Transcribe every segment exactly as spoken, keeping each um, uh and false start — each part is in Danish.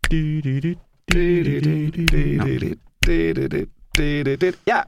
Ja.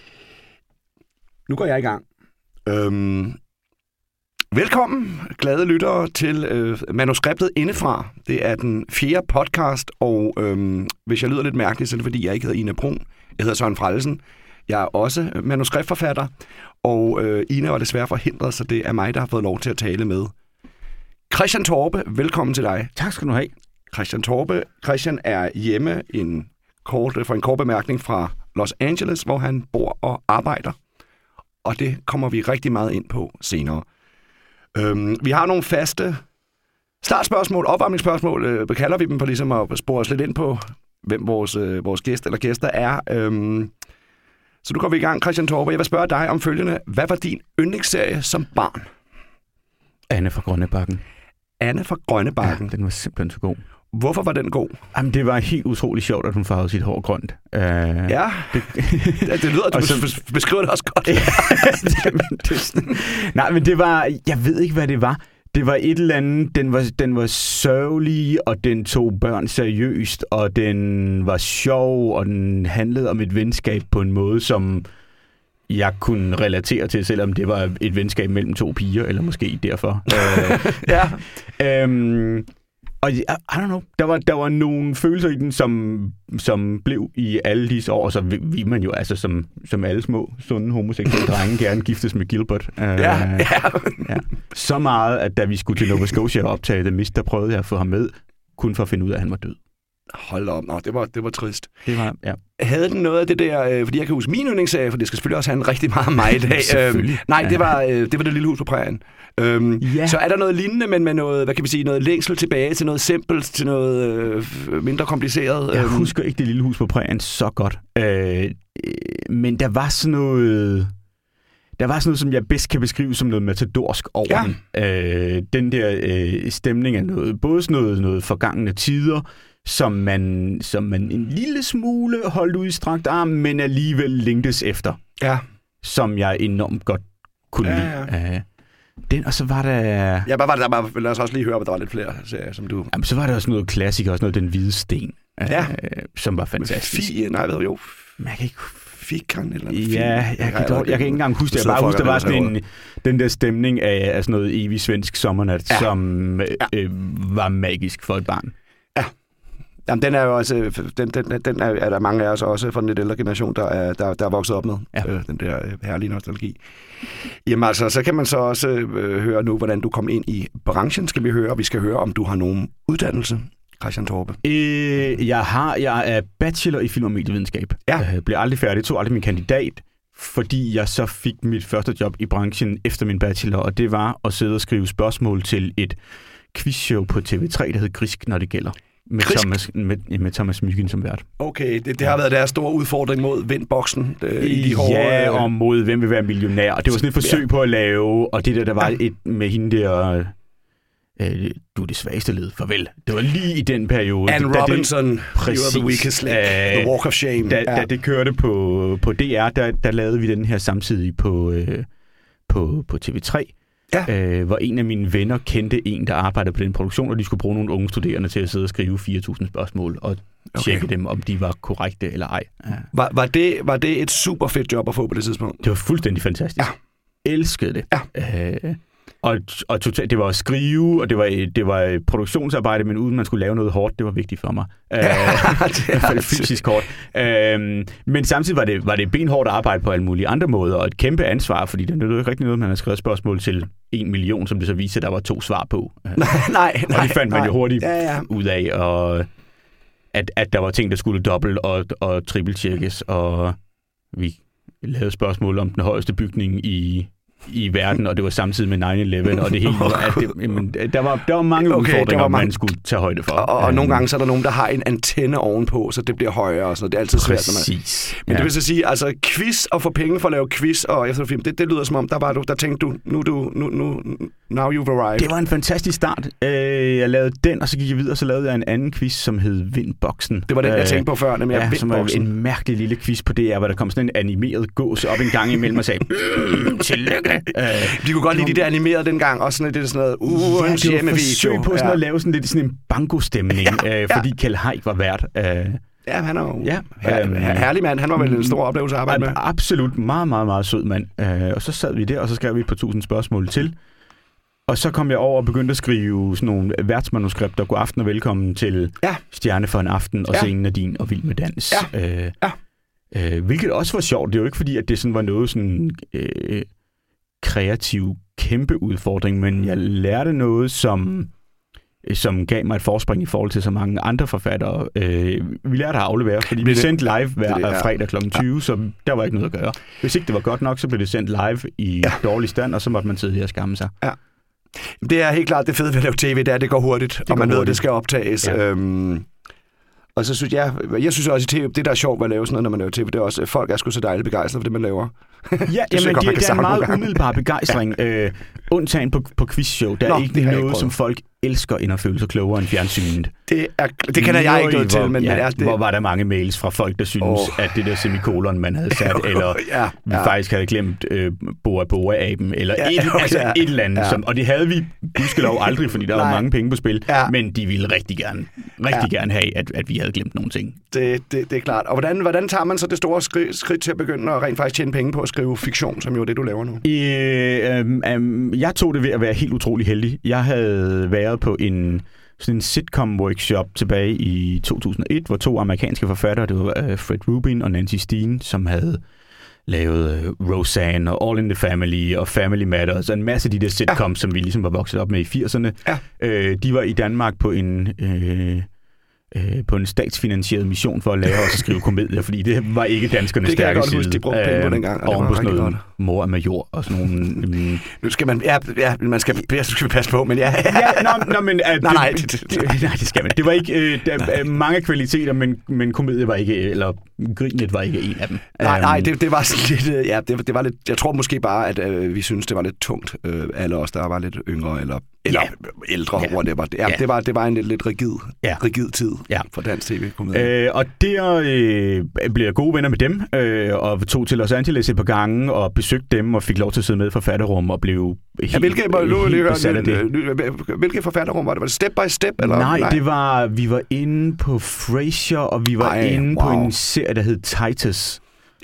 Nu går jeg i gang. Øhm, velkommen, glade lyttere, til øh, manuskriptet indefra. Det er den fjerde podcast, og øhm, hvis jeg lyder lidt mærkeligt, så er det fordi, jeg ikke hedder Ina Brun. Jeg hedder Søren Frellesen. Jeg er også manuskriptforfatter, og øh, Ina var desværre forhindret, så det er mig, der har fået lov til at tale med. Christian Torpe, velkommen til dig. Tak skal du have. Christian Torpe. Christian er hjemme en kort, for en kort bemærkning fra Los Angeles, hvor han bor og arbejder. Og det kommer vi rigtig meget ind på senere. Øhm, vi har nogle faste startspørgsmål, opvarmningsspørgsmål, øh, kalder vi dem på ligesom at spore os lidt ind på, hvem vores, øh, vores gæst eller gæster er. Øhm, så nu går vi i gang, Christian Torpe. Jeg vil spørge dig om følgende. Hvad var din yndlingsserie som barn? Anne fra Grønnebakken. Anne fra Grønnebakken? Ja, den var simpelthen så god. Hvorfor var den god? Jamen, det var helt utroligt sjovt, at hun farvede sit hår grønt. Uh, ja, det, det lyder, at du så, beskriver det også godt. Jamen, det, nej, men det var, jeg ved ikke, hvad det var. Det var et eller andet, den var, den var sørgelig, og den tog børn seriøst, og den var sjov, og den handlede om et venskab på en måde, som jeg kunne relatere til, selvom det var et venskab mellem to piger, eller måske derfor. uh, ja. Um, Og I don't know, der var, der var nogle følelser i den, som, som blev i alle disse år, og så vil man jo altså som, som alle små, sunde, homoseksuelle drenge gerne giftes med Gilbert. Uh, ja, ja. ja. Så meget, at da vi skulle til Nova Scotia og optage The Mist, der prøvede jeg at få ham med, kun for at finde ud af, at han var død. Hold op, nå, det var, det var trist. Det var, ja. Havde den noget af det der, øh, fordi jeg kan huske min yndlingsserie, for det skal selvfølgelig også have en rigtig meget mig i dag. øhm, nej, det var, øh, det var Det Lille Hus på Prærien. Øhm, ja. Så er der noget lignende, men med noget, hvad kan vi sige, noget længsel tilbage til noget simpelt, til noget øh, mindre kompliceret? Jeg husker ikke Det Lille Hus på Prærien så godt, øh, men der var sådan noget... Der var sådan noget, som jeg bedst kan beskrive som noget matadorsk over ja. den. Øh, den der øh, stemning af noget, både sådan noget, noget forgangne tider, som man, som man en lille smule holdt ud i strakt arm, men alligevel længtes efter. Ja. Som jeg enormt godt kunne ja, lide. Ja. Uh, den, og så var der... Ja, bare var det der bare... Lad os også lige høre, at der var lidt flere serier, som du... Jamen, så var der også noget klassik, også noget Den Hvide Sten, ja. uh, som var fantastisk. Fie, nej, hvad jo. Men jeg kan ikke... Fikeren eller Ja, jeg, jeg, kan, godt, jeg kan ikke engang huske det. Jeg bare huske, der var sådan en, den der stemning af, af sådan noget evig svensk sommernat, ja. som ja. Øh, var magisk for et barn. Ja. Jamen, den er jo også, den, den, den er, er der mange af os også fra den lidt ældre generation, der er, der, der er vokset op med, ja. øh, den der øh, herlige nostalgi. Jamen altså, så kan man så også øh, høre nu, hvordan du kom ind i branchen, skal vi høre, vi skal høre, om du har nogen uddannelse, Christian Torpe. Øh, jeg har, jeg er bachelor i film- og medievidenskab. Ja. Jeg blev aldrig færdig, tog aldrig min kandidat, fordi jeg så fik mit første job i branchen efter min bachelor, og det var at sidde og skrive spørgsmål til et quizshow på T V tre, der hed Grisk, når det gælder. Med Thomas, med, med Thomas Mygind som vært. Okay, det, det har været deres store udfordring mod vindboksen øh, i de hårde... Ja, og mod Hvem vil være millionær. Og det var sådan et forsøg ja. på at lave, og det der, der var ja. et med hende der... Øh, du er det svageste led, farvel. Det var lige i den periode. Anne Robinson, den, præcis, you are the weakest link, uh, the walk of shame. Da, ja. da det kørte på, på D R, der, der lavede vi den her samtidig på, øh, på, på T V tre. Ja. Øh, hvor en af mine venner kendte en, der arbejdede på den produktion, og de skulle bruge nogle unge studerende til at sidde og skrive fire tusind spørgsmål og okay. tjekke dem, om de var korrekte eller ej. Ja. Var, var, det, var det et super fedt job at få på det tidspunkt? Det var fuldstændig fantastisk. Ja. Elskede det. Ja. Øh, og og totalt, det var at skrive, og det var, det var produktionsarbejde, men uden man skulle lave noget hårdt, det var vigtigt for mig. Øh, det var fysisk hårdt. Øh, men samtidig var det, var det benhårdt arbejde på alle mulige andre måder, og et kæmpe ansvar, fordi det er ikke rigtig noget, man har skrevet spørgsmål til en million, som det så viste, der var to svar på. Nej, nej, og det fandt man nej. jo hurtigt ja, ja. ud af, og at, at der var ting, der skulle dobbelt- og, og triple-tjekkes, og vi lavede spørgsmål om den højeste bygning i... i verden, og det var samtidig med nine eleven, og det hele, at det, jamen, der, var, der var mange okay, udfordringer, mange... man skulle tage højde for. Og, og um, nogle gange så er der nogen, der har en antenne ovenpå, så det bliver højere, og sådan noget. Det er altid svært. Præcis. Men ja. det vil så sige, altså quiz og få penge for at lave quiz og efterfilm, det, det lyder som om, der var du, der tænkte du, nu du, nu, nu, now you've arrived. Det var en fantastisk start. Jeg lavede den, og så gik jeg videre, og så lavede jeg en anden quiz, som hed Vindboksen. Det var den, jeg tænkte på før, nemlig ja, Vindboksen. Som var en mærkelig lille quiz på D R, hvor der kom sådan en animeret gås op en gang imellem og sagde, tillykke, De kunne godt lide de der animerede dengang, og sådan det er sådan noget ugens ja, hjemmevideo. forsøg på sådan ja. at lave sådan lidt sådan en banko-stemning, ja, øh, fordi ja. Kjeld Haik var vært. Øh, ja, han er jo ja, her, øhm, herlig mand. Han var vel en stor oplevelse at arbejde med. Absolut. Meget, meget, meget sød mand. Øh, og så sad vi der, og så skrev vi et par tusind spørgsmål til. Og så kom jeg over og begyndte at skrive sådan nogle værtsmanuskripter. God aften og velkommen til ja. Stjerne for en aften, og ja. Scenen er din, og Vild med dans. Ja. Øh, ja. Øh, hvilket også var sjovt. Det er jo ikke fordi, at det sådan var noget sådan øh, kreativ kæmpe udfordring, men jeg lærte noget, som, som gav mig et forspring i forhold til så mange andre forfattere. Øh, vi lærte at aflevere, fordi vi sendte live hver det, ja. fredag klokken tyve, ja. så der var ikke noget at gøre. Hvis ikke det var godt nok, så blev det sendt live i ja. dårlig stand, og så måtte man sidde her og skamme sig. Ja. Det er helt klart det fede ved at lave tv, det er, at det går hurtigt, det og man hurtigt. ved, at det skal optages. Ja. Øhm, og så synes jeg, jeg synes også i tv, det der er sjovt ved at lave sådan noget, når man laver tv, det er også, at folk er sgu så dejligt begejstrede for det, man laver. Ja, det jamen, godt, det, det er en meget umiddelbar begejstring. Øh, undtagen på, på quizshow. Der Nå, er ikke noget, ikke som folk elsker end at føle sig klogere end fjernsynet. Det, er, det kender jeg ikke noget til, men, ja, men er det... Hvor var der mange mails fra folk, der synes, oh. at det der semikolon, man havde sat, eller ja, vi ja. faktisk havde glemt øh, Boa Boa-aben, eller ja, et, okay, altså ja. et eller andet. Ja. Som, og det havde vi gudskelov aldrig, fordi der var mange penge på spil, ja. men de ville rigtig gerne, rigtig ja. gerne have, at, at vi havde glemt nogle ting. Det, det, det er klart. Og hvordan, hvordan tager man så det store skridt, skridt til at begynde at rent faktisk tjene penge på at skrive fiktion, som jo er det, du laver nu? Øh, øh, øh, jeg tog det ved at være helt utrolig heldig. Jeg havde været på en sådan en sitcom-workshop tilbage i to tusind og et, hvor to amerikanske forfattere, det var uh, Fred Rubin og Nancy Steen, som havde lavet uh, Roseanne og All in the Family og Family Matters og en masse af de der sitcoms, ja. som vi ligesom var vokset op med i firserne. Ja. Øh, de var i Danmark på en... Øh, på en statsfinansieret mission for at lære os at skrive komedier, fordi det var ikke danskernes stærke side. Det kan jeg godt huske, de brugte penge på dengang. Oven på sådan noget Mor er major og sådan nogle... Um... Nu skal man... Ja, ja man skal, jeg skal passe på, men ja... ja nå, nå, men, uh, det, nej, nej, det, det, det, nej, det skal man. Det var ikke... Uh, der, mange kvaliteter, men, men komedie var ikke... Eller grinet var ikke en af dem. Nej, nej, det, det var sådan lidt... Ja, det, det var lidt... Jeg tror måske bare, at uh, vi synes det var lidt tungt. Uh, alle os, der var lidt yngre eller... Eller ja. ældre, ja. hvor det var. Ja, ja. Det var, det var en lidt, lidt rigid, ja. rigid tid ja. for dansk tv. Øh, og der øh, blev jeg gode venner med dem, øh, og tog til Los Angeles et par gange, og besøgte dem, og fik lov til at sidde med i forfatterrum, og blev helt, ja, hvilke, helt, helt besat af det. Hvilke forfatterrum var det? Var det Step by Step? Eller? Nej, Nej, det var, vi var inde på Frasier, og vi var Ej, inde wow. på en serie, der hed Titus.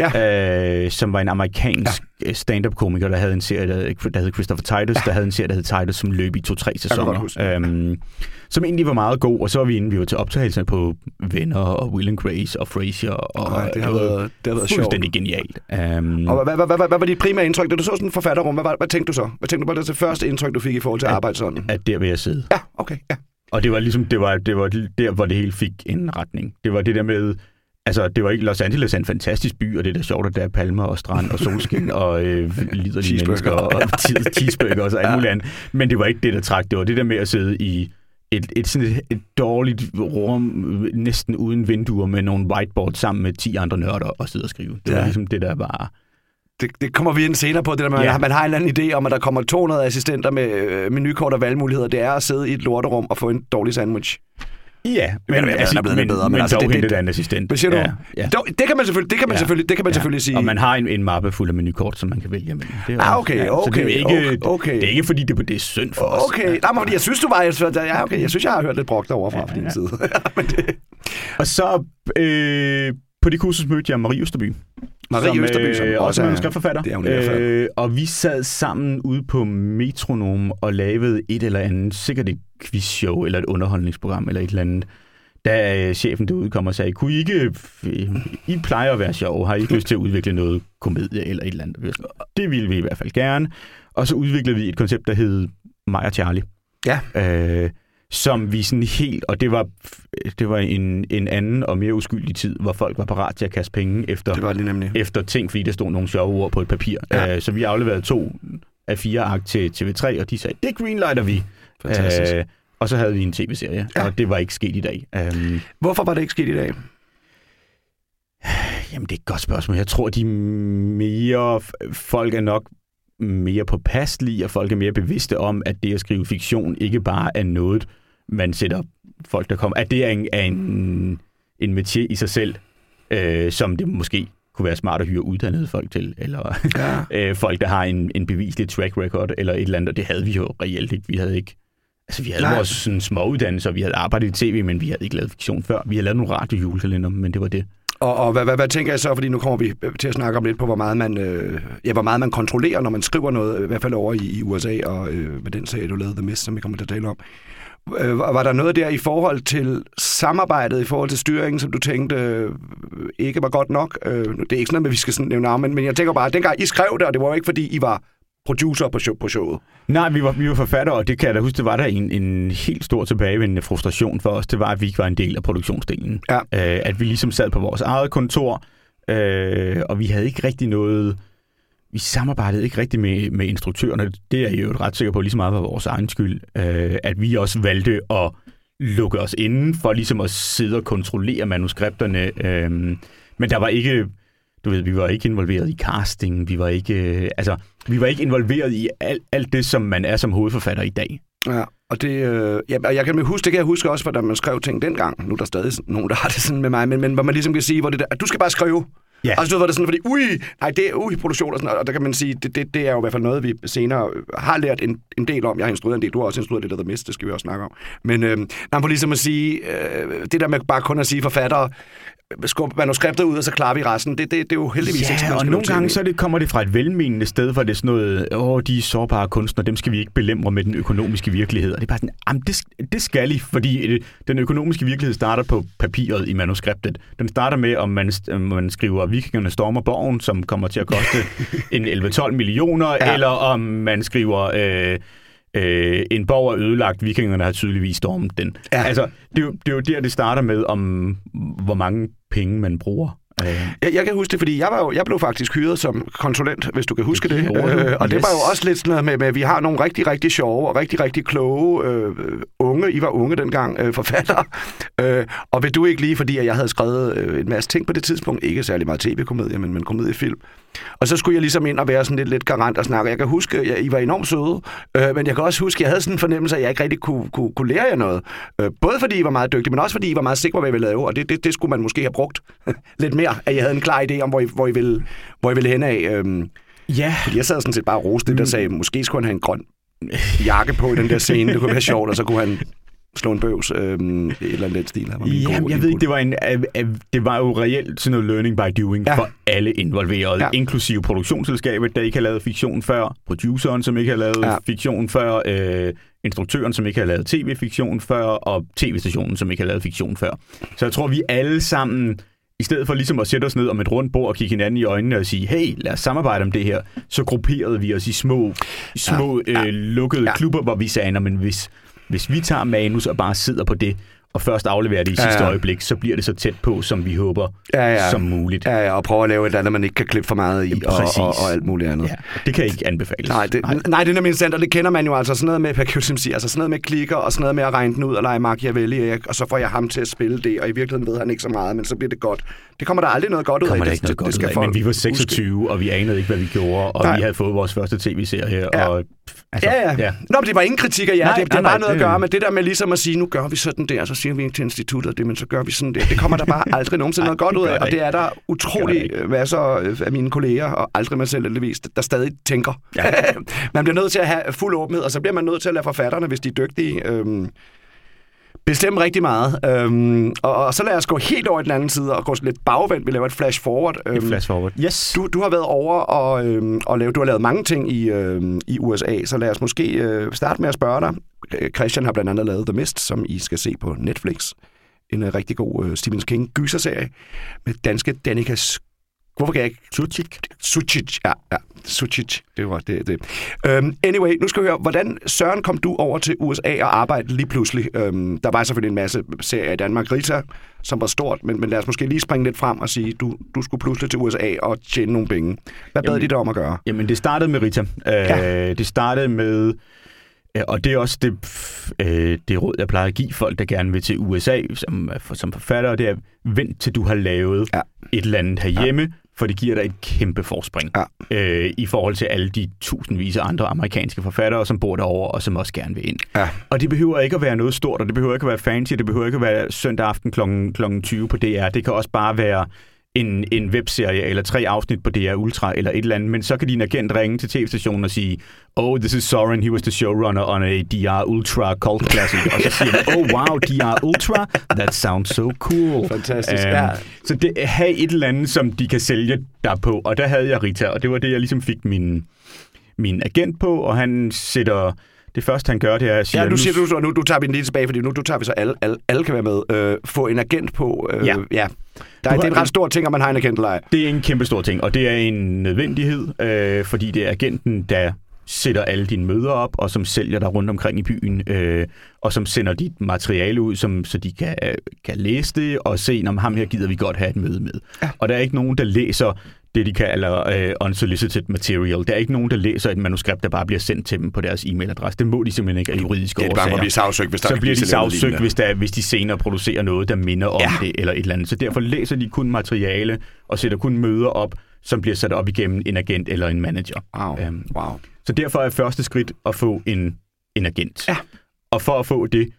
Ja. Øh, som var en amerikansk ja. stand-up-komiker, der havde en serie, der, der hed Christopher Titus, ja. der havde en serie, der hed Titus, som løb i to-tre sæsoner. Øhm, som egentlig var meget god, og så var vi inde, vi var til optagelserne på Venner og Will and Grace og Frasier, og Ej, det har været, det har været fuldstændig genialt. Um, og hvad, hvad, hvad, hvad, hvad var dit primære indtryk, da du så sådan en forfatterrum? Hvad, hvad, hvad tænkte du så? Hvad tænkte du på det første indtryk, du fik i forhold til at arbejde sådan? At der vil jeg sidde. Ja, okay, ja. Og det var ligesom, det var, det var der, hvor det hele fik en retning. Det var det der med... Altså, det var ikke... Los Angeles er en fantastisk by, og det er da sjovt, at der er palmer og strand og solskin og øh, liderlige mennesker og cheeseburger og så alt muligt andet. Men det var ikke det, der trak. Det var det der med at sidde i et, et, sådan et, et dårligt rum, næsten uden vinduer, med nogle whiteboards sammen med ti andre nørder og sidde og skrive. Det var ja. ligesom det, der var... Det, det kommer vi ind senere på, det der med, ja. man har en eller anden idé om, at der kommer to hundrede assistenter med øh, menukort og valgmuligheder. Det er at sidde i et lorterum og få en dårlig sandwich. Ja, men, men, altså, men, bedre, men, men altså, dog hentet af en assistent. Hvad siger du? Ja, ja. Det kan man selvfølgelig, det kan man ja, selvfølgelig, det kan man ja. selvfølgelig sige. Og man har en, en mappe fuld af menukort, som man kan vælge mellem. Det er ah, okay, ja, okay, det er ikke, okay, okay. Det er ikke fordi det, det er synd for os. Okay, nej, men jeg synes du var, jeg, ja, okay, jeg synes jeg har hørt lidt brugt derovre fra ja, din ja. side. men det... Og så øh, på det kursus mødte jeg Marie Østerby. Marie som, Østerby, som øh, også er manuskriptforfatter. Det er hun øh, og vi sad sammen ude på Metronom og lavede et eller andet, sikkert et quizshow eller et underholdningsprogram eller et eller andet. Da chefen derude kom og sagde, kunne I ikke, I plejer at være sjov, har I ikke lyst til at udvikle noget komedie eller et eller andet? Det ville vi i hvert fald gerne. Og så udviklede vi et koncept, der hed Mig og Charlie. Ja. Øh, som vi sådan helt, og det var, det var en, en anden og mere uskyldig tid, hvor folk var parat til at kaste penge efter, det var det nemlig. efter ting, fordi der stod nogle sjove ord på et papir. Ja. Øh, så vi afleverede to af fire akt til T V tre, og de sagde, det greenlighter vi. Fantastisk. Øh, Og så havde vi en tv-serie, ja. og det var ikke sket i dag. Um, Hvorfor var det ikke sket i dag? Jamen, det er et godt spørgsmål. Jeg tror, de mere... Folk er nok mere påpasselige, og folk er mere bevidste om, at det at skrive fiktion ikke bare er noget, man sætter folk, der kommer... At det er en, er en, en métier i sig selv, øh, som det måske kunne være smart at hyre uddannede folk til, eller ja. øh, folk, der har en, en beviselig track record, eller et eller andet, og det havde vi jo reelt ikke. Vi havde ikke, altså vi havde Nej. vores sådan, små uddannelser, vi havde arbejdet i tv, men vi havde ikke lavet fiktion før. Vi havde lavet nogle radiojulekalender, men det var det. Og, og hvad, hvad, hvad tænker jeg så, fordi nu kommer vi til at snakke om lidt på, hvor meget man, øh, ja, hvor meget man kontrollerer, når man skriver noget, i hvert fald over i, i U S A, og øh, med den sag, du lavede The Mist, som vi kommer til at tale om. Øh, var der noget der i forhold til samarbejdet, i forhold til styringen, som du tænkte øh, ikke var godt nok? Øh, det er ikke sådan noget, at vi skal sådan nævne navn, men, men jeg tænker bare, at dengang I skrev det, og det var jo ikke, fordi I var producer på, show, på showet. Nej, vi var, vi var forfattere, og det kan jeg da huske, det var der en, en helt stor tilbagevendende frustration for os. Det var, at vi ikke var en del af produktionsdelen. Ja. Øh, at vi ligesom sad på vores eget kontor, øh, og vi havde ikke rigtig noget... Vi samarbejdede ikke rigtig med, med instruktørerne. Det er jeg jo ret sikker på, lige så meget var vores egen skyld. Øh, at vi også valgte at lukke os inden for ligesom at sidde og kontrollere manuskripterne. Øh, men der var ikke... Du ved, vi var ikke involveret i casting, vi var ikke, øh, altså, vi var ikke involveret i alt, alt det, som man er som hovedforfatter i dag. Ja, og det, øh, ja, jeg kan huske, det kan jeg huske også, hvordan man skrev ting dengang. Nu er der stadig nogen, der har det sådan med mig, men, men hvor man ligesom kan sige, hvor det der, at du skal bare skrive. Ja. Altså, du ved, det sådan, fordi, ui, nej, det er ui, produktion og sådan noget, og der kan man sige, det, det, det er jo i hvert fald noget, vi senere har lært en, en del om. Jeg har instrueret en del, du har også instrueret det, der The Mist, det skal vi også snakke om. Men øh, nej, for ligesom at sige, øh, det der med bare kun at sige forfattere, skubbe manuskriptet ud, og så klarer vi resten. Det, det, det er jo heldigvis ja, ikke sådan, og nogle gange så det, kommer det fra et velmenende sted, for det er sådan noget, åh, de er sårbare kunstnere, dem skal vi ikke belemre med den økonomiske virkelighed. Og det er bare sådan, jamen, det, det skal I, fordi den økonomiske virkelighed starter på papiret i manuskriptet. Den starter med, om man, man skriver Vikingerne stormer borgen, som kommer til at koste en elleve tolv millioner, ja. Eller om man skriver... Øh, Øh, en borg er ødelagt, vikingerne har tydeligvis stormet den. Ja. Altså, det er, jo, det er jo der, det starter med, om hvor mange penge man bruger. Jeg, jeg kan huske det, fordi jeg, var jo, jeg blev faktisk hyret som konsulent, hvis du kan huske det. det. Øh, og yes. Det var jo også lidt sådan noget med, med, at vi har nogle rigtig, rigtig sjove og rigtig, rigtig kloge øh, unge, I var unge dengang, øh, forfattere. Øh, og vil du ikke lige, fordi jeg havde skrevet øh, en masse ting på det tidspunkt, ikke særlig meget tv-komedie, men, men komediefilm. Og så skulle jeg ligesom ind og være sådan lidt, lidt garant og snakke. Jeg kan huske, at I var enormt søde, øh, men jeg kan også huske, at jeg havde sådan en fornemmelse, at jeg ikke rigtig kunne, kunne, kunne lære jer noget. Øh, både fordi I var meget dygtige, men også fordi I var meget sikre på, hvad I ville lave, og det, det, det skulle man måske have brugt lidt mere, at jeg havde en klar idé om, hvor I, hvor I, ville, hvor I ville hen af. Øhm, ja. Fordi jeg sad sådan set bare og roste det, der sagde, måske skulle han have en grøn jakke på i den der scene, det kunne være sjovt, og så kunne han slå en bøvs, øhm, et eller andet stil. Var Jamen, gode jeg ved ikke, det var, en, det var jo reelt sådan noget learning by doing ja. For alle involverede, ja. Inklusive produktionsselskabet, der ikke har lavet fiktion før, produceren, som ikke har lavet ja. Fiktion før, øh, instruktøren, som ikke har lavet tv-fiktion før, og tv-stationen, som ikke har lavet fiktion før. Så jeg tror, vi alle sammen, i stedet for ligesom at sætte os ned om et rundt bord og kigge hinanden i øjnene og sige, hey, lad os samarbejde om det her, så grupperede vi os i små, små ja. Øh, lukkede ja. Klubber, hvor vi sagde, men hvis Hvis vi tager manus og bare sidder på det, og først afleverer det i sidste ja, ja. øjeblik, så bliver det så tæt på, som vi håber, ja, ja. Som muligt. Ja, ja, og prøve at lave et eller andet, man ikke kan klippe for meget i, ja, og, og, og alt muligt andet. Ja, det kan ikke anbefales. Nej, det, nej. nej, det er nemlig sandt, og det kender man jo altså. Sådan noget med, sige, altså sådan noget med klikker, og sådan noget med at regne den ud og lege Machiavelli, og så får jeg ham til at spille det, og i virkeligheden ved han ikke så meget, men så bliver det godt. Det kommer der aldrig noget godt ud af. Det, det, det skal men vi var seksogtyve, huske. Og vi anede ikke, hvad vi gjorde, og nej. Vi havde fået vores første tv-serie, ja. Og... Altså, ja, ja, ja. Nå, men det var ingen kritik af jer. Nej, det, det er bare noget at gøre med det der med ligesom at sige, nu gør vi sådan der, så siger vi ikke til instituttet det, men så gør vi sådan der. Det kommer der bare aldrig nogensinde noget godt ud af, og det er der utrolig masser af mine kolleger, og aldrig mig selv heldigvis, der stadig tænker. Ja. Man bliver nødt til at have fuld åbenhed, og så bliver man nødt til at lade forfatterne, hvis de er dygtige, øhm, bestemme rigtig meget. Øhm, og, og så lad os gå helt over i den anden side og gå lidt bagvendt. Vi laver et flash forward. Øhm, et flash forward. Yes. Du, du har været over og, øhm, og lave, du har lavet mange ting i, øhm, i U S A, så lad os måske øh, starte med at spørge dig. Christian har blandt andet lavet The Mist, som I skal se på Netflix. En uh, rigtig god uh, Stephen King gyserserie med danske Danica Hvorfor kan jeg ikke? Sucic. Sucic, ja, ja. Sucic, det var det. det. Um, anyway, nu skal vi høre, hvordan Søren kom du over til U S A og arbejdede lige pludselig? Um, der var selvfølgelig en masse serier i Danmark. Rita, som var stort, men, men lad os måske lige springe lidt frem og sige, du, du skulle pludselig til U S A og tjene nogle penge. Hvad bad de dig om at gøre? Jamen, det startede med Rita. Ja. Uh, det startede med... Og det er også det, øh, det råd, jeg plejer at give folk, der gerne vil til U S A som, som forfatter, det er, vent til du har lavet ja. et eller andet herhjemme, ja. for det giver dig et kæmpe forspring ja. øh, i forhold til alle de tusindvis af andre amerikanske forfattere, som bor derovre og som også gerne vil ind. Ja. Og det behøver ikke at være noget stort, og det behøver ikke at være fancy, det behøver ikke at være søndag aften klokken tyve på D R. Det kan også bare være en, en webserie eller tre afsnit på D R Ultra eller et eller andet, men så kan din agent ringe til tv-stationen og sige, oh, this is Soren, he was the showrunner on a D R Ultra cult classic. Og så siger man, oh wow, D R Ultra, that sounds so cool. Fantastisk, um, ja. Så det have et eller andet, som de kan sælge der på, og der havde jeg Rita, og det var det, jeg ligesom fik min, min agent på, og han sætter... Det første, han gør, det er at sige... Ja, nu siger du så, nu du tager vi den lige tilbage, fordi nu du tager vi så alle, alle, alle kan være med. Øh, få en agent på. Øh, ja. ja. Der er, det er en ret stor ting, at man har en agent eller ej. Det er en kæmpe stor ting, og det er en nødvendighed, øh, fordi det er agenten, der sætter alle dine møder op, og som sælger dig rundt omkring i byen, øh, og som sender dit materiale ud, som, så de kan, kan læse det og se, om ham her gider vi godt have et møde med. Ja. Og der er ikke nogen, der læser det, de kalder uh, unsolicited material. Der er ikke nogen, der læser et manuskript, der bare bliver sendt til dem på deres e-mailadresse. Det må de simpelthen ikke af juridiske årsager. Det er bare, at blive sagsøgt, hvis der så bliver de sagsøgt, hvis, der, hvis de senere producerer noget, der minder om ja. det, eller et eller andet. Så derfor læser de kun materiale, og sætter kun møder op, som bliver sat op igennem en agent eller en manager. Wow. Um, wow. Så derfor er første skridt at få en, en agent. Ja. Og for at få det,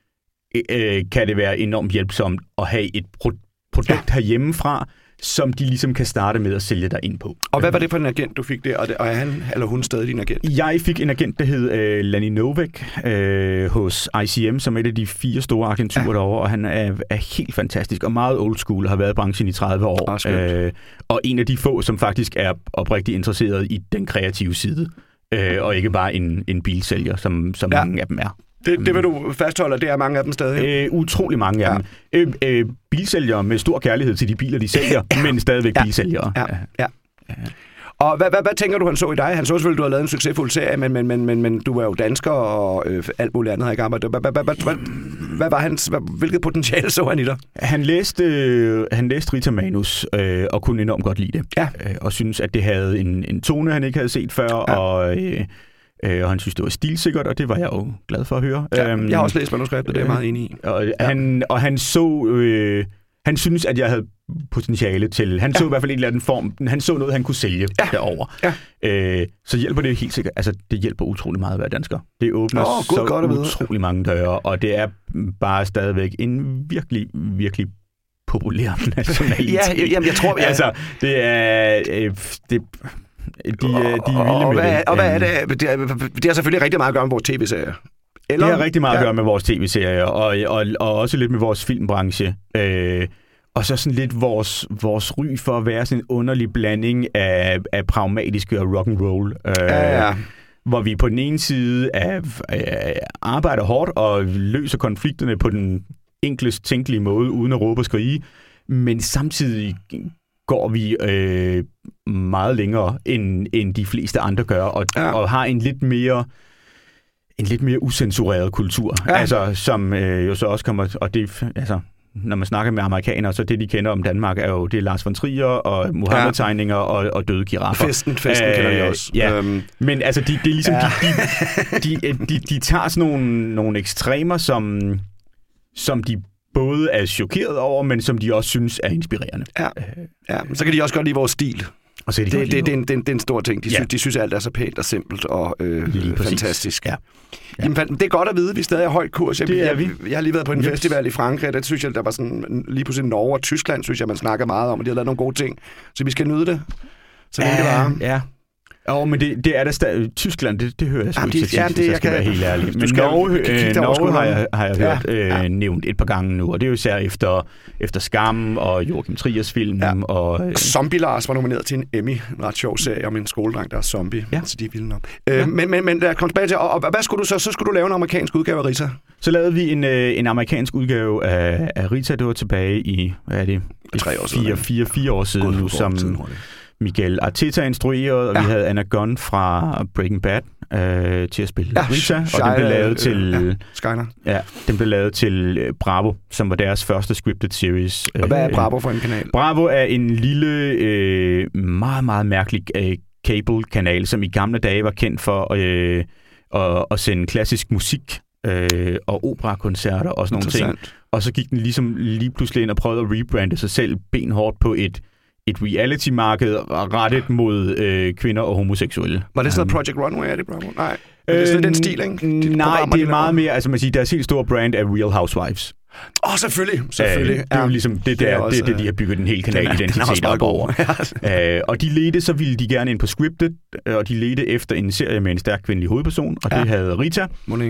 øh, kan det være enormt hjælpsomt at have et pro- produkt ja. herhjemmefra, som de ligesom kan starte med at sælge dig ind på. Og hvad var det for en agent, du fik det? Og er han eller hun stadig din agent? Jeg fik en agent, der hed øh, Lanny Novak øh, hos I C M, som er et af de fire store agenturer ja. derovre, og han er, er helt fantastisk og meget old school, har været i branchen i tredive år. Ah, øh, og en af de få, som faktisk er oprigtigt interesseret i den kreative side, øh, og ikke bare en, en bilsælger, som, som ja. mange af dem er. Det, det vil du fastholde, det er mange af dem stadig? Øh, utrolig mange af ja. dem. Øh, øh, bilsælgere med stor kærlighed til de biler, de sælger, ja. men stadigvæk ja. bilsælgere. Ja. Ja. Ja. Og hvad, hvad, hvad tænker du, han så i dig? Han så selvfølgelig, du har lavet en succesfuld serie, men, men, men, men, men du var jo dansker, og øh, alt muligt andet har ikke arbejdet. Hvad, hvad, hvad, hvad, hvad var hans, hvad, hvilket potentiale så han i dig? Han læste, øh, han læste Rita manus, øh, og kunne enormt godt lide det. Ja. Øh, og synes at det havde en, en tone, han ikke havde set før, ja. og... Øh, Øh, og han synes, det var stilsikkert, og det var jeg jo glad for at høre. Ja, jeg har også læst manuskriptet, det er jeg meget enig i. Og, ja. han, og han så... Øh, han synes, at jeg havde potentiale til... Han ja. så i hvert fald en eller anden form... Han så noget, han kunne sælge ja. derovre. Ja. Øh, så hjælper det helt sikkert... Altså, det hjælper utrolig meget at være dansker. Det åbner oh, så godt utrolig mange døre, og det er bare stadigvæk en virkelig, virkelig populær nationalitet. ja, jamen, jeg tror... Jeg... Altså, det er... Øh, det, De, de er vilde og, med hvad, det. Og hvad er det? Det, er, det har selvfølgelig rigtig meget at gøre med vores tv-serier. Eller? Det har rigtig meget ja. at gøre med vores tv-serier, og, og, og også lidt med vores filmbranche. Øh, og så sådan lidt vores, vores ry for at være sådan en underlig blanding af, af pragmatiske og rock'n'roll. Øh, ja, ja. Hvor vi på den ene side er, er, arbejder hårdt og løser konflikterne på den enklest tænkelige måde, uden at råbe og skrige, men samtidig går vi øh, meget længere, end, end de fleste andre gør, og, ja. og har en lidt mere en lidt mere usensureret kultur, ja. altså, som øh, jo så også kommer, og det, altså, når man snakker med amerikanere, så det, de kender om Danmark, er jo, det er Lars von Trier, og Muhammed-tegninger, ja. og, og døde giraffer. Festen, festen Æh, kender de også. Ja. Um, Men altså, de, det er ligesom, ja. de, de, de, de, de tager sådan nogle, nogle ekstremer, som, som de både er chokeret over, men som de også synes er inspirerende. Ja, ja. Så kan de også godt lide vores stil. Og så de det, det, det, det, er en, det, det er en stor ting. De, ja. synes, de synes, at alt er så pænt og simpelt og øh, fantastisk. Ja. Ja. Jamen, det er godt at vide, at vi stadig er høj kurs. Jeg, det er vi. Jeg, jeg har lige været på en yes. festival i Frankrig, der synes jeg, der var sådan, lige pludselig Norge og Tyskland, synes jeg, man snakker meget om, og de har lavet nogle gode ting. Så vi skal nyde det, så længe det var. Ja. Jo, men det, det er der stadig... Tyskland, det, det hører jeg sgu ikke til, ja, det, jeg skal kan... være helt ærlig. Men skal, Norge, øh, Norge har jeg, har jeg ja, hørt øh, ja. nævnt et par gange nu, og det er jo især efter, efter Skam og Joachim Triers film. Ja. Og, øh... Zombie Lars var nomineret til en Emmy, en ret sjov serie om en skoledreng, der er zombie. Ja. Så de er vilde nok. Øh, ja. Men, men, men kom tilbage til, og, og hvad skulle du så? Så skulle du lave en amerikansk udgave af Rita? Så lavede vi en, øh, en amerikansk udgave af, af Rita, det var tilbage i, hvad er det? Tre år siden. Fire, fire, fire år siden nu, som... Miguel Arteta instruerede, og ja. vi havde Anna Gunn fra Breaking Bad øh, til at spille ja, Rita, og den blev lavet til øh, ja, Skyner. Ja, den blev lavet til Bravo, som var deres første scripted series. Og hvad er Bravo for en kanal? Bravo er en lille, øh, meget meget mærkelig øh, cable-kanal, som i gamle dage var kendt for øh, at, at sende klassisk musik øh, og operakoncerter og sådan nogle ting. Og så gik den ligesom lige pludselig ind og prøvede at rebrande sig selv benhårdt på et et reality-marked rettet mod øh, kvinder og homoseksuelle. Var det sådan noget Project Runway, er det, Bravo? Nej. Er det sådan øh, den stil, ikke? De nej, det er meget mere, altså man siger, deres helt store brand er Real Housewives. Åh, oh, selvfølgelig. selvfølgelig. Øh, det er jo ligesom det der, det, er også, det, det, de har bygget den hele kanalidentitet op over. øh, og de ledte, så ville de gerne ind på scriptet, og de ledte efter en serie med en stærk kvindelig hovedperson, og ja. det havde Rita.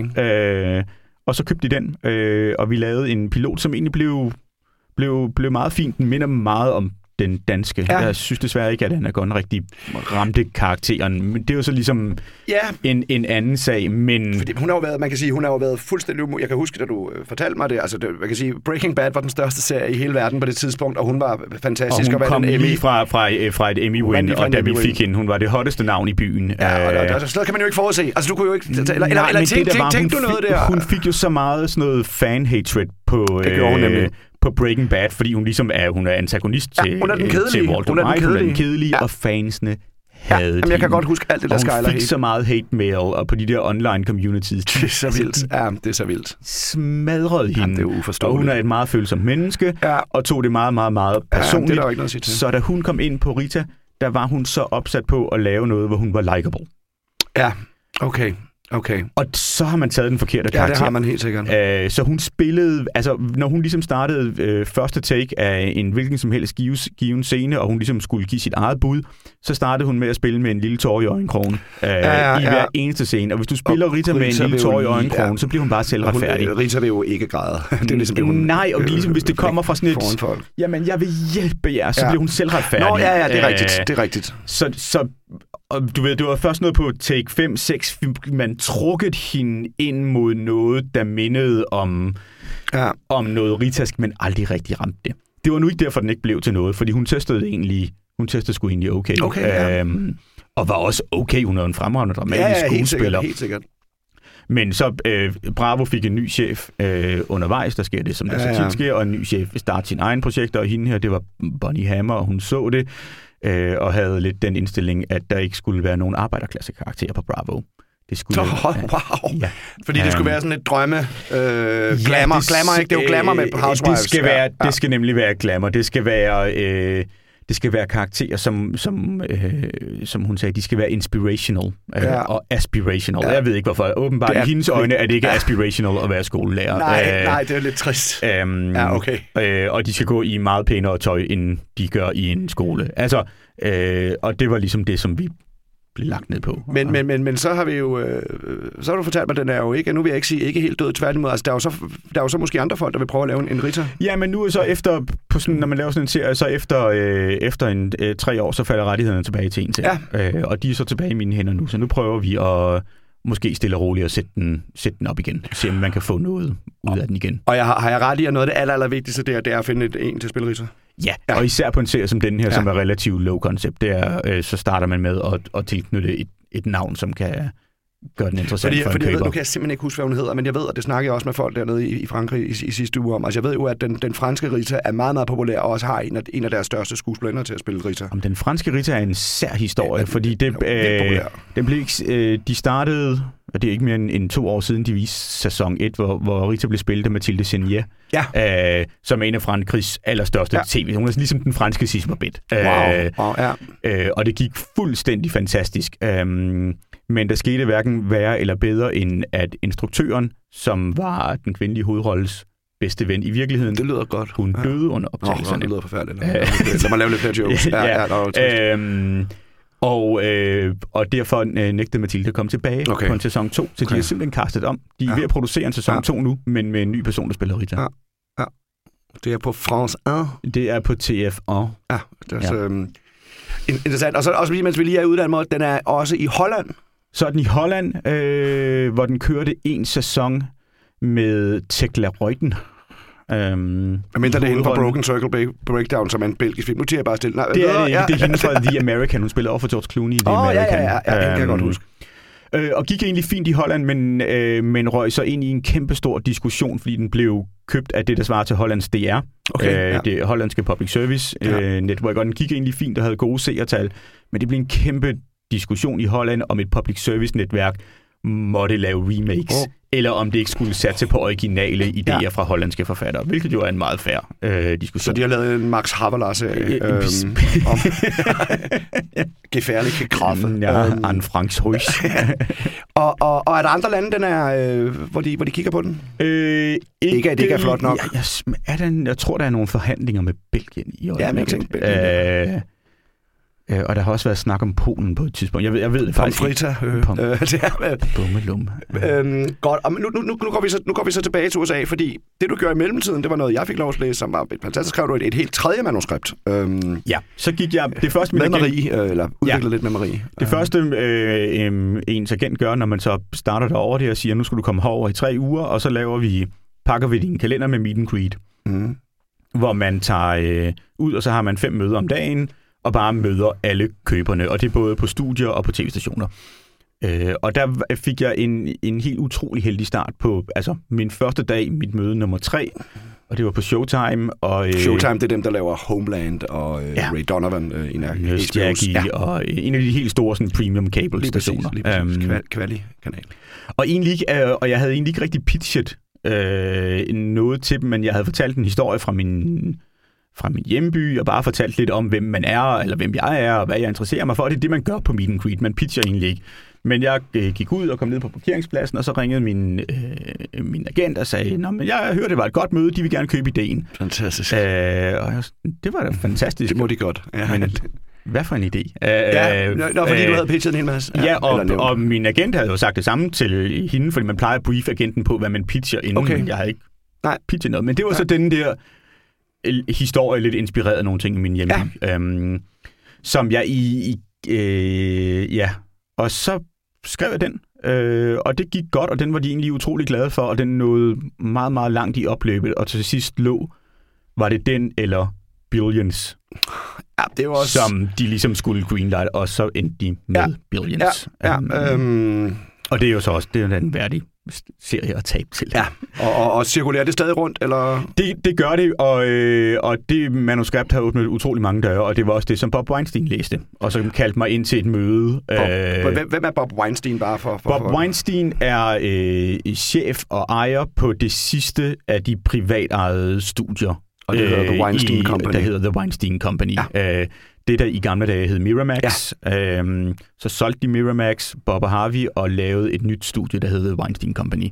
Øh, og så købte de den, øh, og vi lavede en pilot, som egentlig blev, blev, blev meget fint. Den minder meget om den danske. Ja. Jeg synes desværre ikke, at han er godt rigtig ramte karakteren. Men det er jo så ligesom ja. en, en anden sag, men... Fordi hun har jo været, man kan sige, hun har jo været fuldstændig... Jeg kan huske, da du fortalte mig det, altså det, man kan sige, Breaking Bad var den største serie i hele verden på det tidspunkt, og hun var fantastisk. Og hun og kom lige fra, fra, fra et Emmy-win, og da vi fik hende, hun var det hotteste navn i byen. Ja, og, og, og, og så kan man jo ikke forudse. Altså du kunne jo ikke... Eller, eller, eller, eller tænk, tænk, tænk du noget der? Hun fik jo så meget sådan noget fan-hatred på... Det gjorde hun nemlig. på Breaking Bad, fordi hun ligesom er, hun er antagonist ja, til, hun er den kedelige. til Walter White. Hun er den kedelige, ja. og fansene havde ja, jamen, jeg kan godt huske alt det der Skyler. Og hun fik så meget hate mail, og på de der online communities. Det er så vildt. Ja, det er så vildt. Smadrede hende. Jamen, det er uforståeligt. Og hun er et meget følsomt menneske, ja. og tog det meget, meget, meget personligt. Ja, det er der ikke noget at sige til. Så da hun kom ind på Rita, der var hun så opsat på at lave noget, hvor hun var likable. Ja, okay. Okay. Og så har man taget den forkerte karakter. Ja, det har man helt sikkert. Æh, så hun spillede, altså når hun ligesom startede øh, første take af en hvilken som helst gives, given scene, og hun ligesom skulle give sit eget bud, så startede hun med at spille med en lille tår i øjenkrogen øh, ja, ja, ja. i hver eneste scene. Og hvis du spiller og Rita, Rita med en lille tår i øjenkrogen, ja. så bliver hun bare selvretfærdig. Hun, Rita vil jo ikke græde. Det er ligesom det, hun, Nej, og det er ligesom, hvis det kommer fra sådan et, jamen jeg vil hjælpe jer, så ja. bliver hun selvretfærdig. Nå, ja, ja, det er rigtigt. Det er rigtigt. Så, så og du ved, det var først noget på take fem seks, man trukket hende ind mod noget, der mindede om, ja. om noget ritask, men aldrig rigtig ramte det. Det var nu ikke derfor, den ikke blev til noget, fordi hun testede egentlig, hun testede sgu egentlig okay. okay ja. øhm, og var også okay, hun er en fremragende dramatisk ja, ja, skuespiller. Helt sikkert, helt sikkert. Men så øh, Bravo fik en ny chef øh, undervejs, der sker det, som der ja, så tit sker, og en ny chef vil starte sin egen projekter, og hende her, det var Bonnie Hammer, og hun så det, øh, og havde lidt den indstilling, at der ikke skulle være nogen arbejderklassekarakterer på Bravo. Det skulle, oh, wow. Ja. Fordi det skulle være sådan et drømme øh, glamour, ja, det, glamour, ikke? Det er jo glamour med Housewives. Det skal være, ja. det skal nemlig være glamour. Det skal være øh, det skal være karakterer, som som øh, som hun sagde, de skal være inspirational øh, ja. og aspirational. Ja. Jeg ved ikke hvorfor. Åbenbart er, i hendes øjne er det ikke ja. aspirational at være skolelærer. Nej, øh, nej, det er lidt trist. Øh, ja, okay. Øh, og de skal gå i meget pænere tøj, end de gør i en skole. Altså, øh, og det var ligesom det, som vi blive lagt ned på. Men, men, men, men så har vi jo, øh, så har du fortalt mig, at den er jo ikke, nu vil jeg ikke sige ikke helt død, tværtimod. Altså, der er jo så, der er jo så måske andre folk, der vil prøve at lave en, en Rita. Ja, men nu er så efter, på sådan, når man laver sådan en serie, så efter, øh, efter en, øh, tre år, så falder rettighederne tilbage til en til. Ja. Øh, og de er så tilbage i mine hænder nu, så nu prøver vi at måske stille og roligt at sætte den, sætte den op igen. Se om man kan få noget ud af den igen. Og jeg har, har jeg ret i, at noget af det aller, aller vigtigste der, det er at finde et, en til at spille Rita? Ja, ja, og især på en serie som den her, ja. som er relativt low concept, det er, øh, så starter man med at, at tilknytte et, et navn, som kan gøre den interessant fordi, for en fordi køber. Jeg ved, nu kan jeg simpelthen ikke huske, hvad hun hedder, men jeg ved, og det snakker jeg også med folk dernede i, i Frankrig i, i sidste uge om. Altså jeg ved jo, at den, den franske Rita er meget, meget populær, og også har en af, en af deres største skuespillere til at spille Rita. Om den franske Rita er en sær historie, ja, fordi det, øh, den blev ikke, øh, de startede, og det er ikke mere end, end to år siden, de viste sæson et, hvor, hvor Rita blev spillet af Mathilde Seigner, ja. øh, som er en af Frankrigs allerstørste ja. tv. Hun er ligesom den franske Sisserbet. Wow, øh, wow, ja. øh, og det gik fuldstændig fantastisk. Øh, Men der skete hverken værre eller bedre, end at instruktøren, som var den kvindelige hovedrolles bedste ven i virkeligheden, det lyder godt. Hun døde ja. under optagelserne. Nå, det lyder forfærdeligt. Lad mig lave lidt flere jokes. Ja, ja, ja, øhm, og, øh, og derfor øh, nægtede Mathilde at komme tilbage okay. på en sæson to, så okay. de har simpelthen kastet om. De er ja. ved at producere en sæson ja. to nu, men med en ny person, der spiller Rita. Ja. Ja. Det er på France et. Det er på T F et. Ja, det er så ja. øhm, interessant. Og så også lige, mens vi lige er uddannet, den er også i Holland. Så er den i Holland, øh, hvor den kørte en sæson med Tekla Reuten. Øhm, jeg mener, det er hende fra Broken Circle Breakdown, som er en belgisk film. Nu tiger jeg bare stille. Nej, det er det, ja. det er hende fra The American. Hun spiller over for George Clooney i The oh, American. Ja, ja, ja, ja, det kan jeg godt huske. Øh, og gik egentlig fint i Holland, men, øh, men røg så ind i en kæmpestor diskussion, fordi den blev købt af det, der svarer til Hollands D R. Okay, øh, ja. Det hollandske public service ja. øh, network. Og den gik egentlig fint og havde gode seertal, men det blev en kæmpe diskussion i Holland om et public service netværk, måtte lave remakes, oh. eller om det ikke skulle satse på originale idéer ja. fra hollandske forfattere, hvilket jo er en meget fair øh, diskussion. Så de har lavet en Max Havelaar-serie øh, øh, om gefærlige kraffe. Ja, um, Anne Franks Højs. og, og, og er der andre lande, den er, øh, hvor, de, hvor de kigger på den? Øh, ikke, ikke, det ikke er flot nok? Jeg, jeg, er der, jeg tror, der er nogle forhandlinger med Belgien i øjeblikket. Ja, men jeg tænkte Belgien. Øh, Øh, og der har også været snak om Polen på et tidspunkt. Jeg ved, jeg ved det faktisk ikke. Pom øh, det er, Bummelum. Øhm, godt, og nu, nu, nu, går vi så, nu går vi så tilbage til U S A, fordi det, du gjorde i mellemtiden, det var noget, jeg fik lov at læse, som var et fantastisk, skrev du et, et helt tredje manuskript. Øhm, ja, så gik jeg... Det første, med Marie, øh, eller udviklet ja. lidt med Marie. Det øh. første, øh, øh, ens agent gør, når man så starter derover det og siger, nu skal du komme herover i tre uger, og så laver vi, pakker vi din kalender med meet and greet, mm. hvor man tager øh, ud, og så har man fem møder om dagen, og bare møder alle køberne, og det er både på studier og på tv-stationer. Øh, og der fik jeg en, en helt utrolig heldig start på, altså min første dag, mit møde nummer tre, og det var på Showtime. Og, øh, Showtime, det er dem, der laver Homeland og øh, ja. Ray Donovan, øh, en af H B O's. Ja. Og øh, en af de helt store sådan, premium cable-stationer. Lige præcis, lige præcis. Um, Kvali-kanal. Og, egentlig, øh, og jeg havde egentlig ikke rigtig pitchet øh, noget til dem, men jeg havde fortalt en historie fra min... fra min hjemby, og bare fortalt lidt om, hvem man er, eller hvem jeg er, og hvad jeg interesserer mig for. Det er det, man gør på meet and greet. Man pitcher egentlig ikke. Men jeg øh, gik ud og kom ned på parkeringspladsen, og så ringede min, øh, min agent og sagde, nå, men jeg hørte, det var et godt møde, de vil gerne købe ideen. Fantastisk. Øh, og jeg, det var da fantastisk. Det må de godt. Ja. Men hvad for en idé? Ja, øh, nå, fordi øh, du havde pitchet en hel masse. Ja, ja og, og min agent havde jo sagt det samme til hende, fordi man plejer at briefe agenten på, hvad man pitcher inden. Okay. Jeg havde ikke Nej. pitchet noget. Men det var Nej. så den der historie lidt inspireret af nogle ting i min hjemby, ja. øhm, som jeg i, i øh, ja, og så skrev jeg den, øh, og det gik godt, og den var de egentlig utrolig glade for, og den nåede meget, meget langt i opløbet, og til sidst lå, var det den eller Billions, ja, det var også... som de ligesom skulle greenlight, og så endte de med ja. Billions. Ja, ja, um, øhm... Og det er jo så også, det er den værdige serie at tabe til. Ja, og, og, og cirkulerer det stadig rundt, eller? Det, det gør det, og, øh, og det manuskript har åbnet utrolig mange døre, og det var også det, som Bob Weinstein læste, og så kaldte mig ind til et møde. Bob, øh, hvem, hvem er Bob Weinstein bare for? for Bob for... Weinstein er øh, chef og ejer på det sidste af de privatejede studier. Og det hedder øh, The Weinstein i, Company. Der hedder The Weinstein Company. Ja. Øh, det, der i gamle dage hed Miramax. Ja. Øhm, så solgte de Miramax, Bob og Harvey, og lavede et nyt studie, der hedder The Weinstein Company.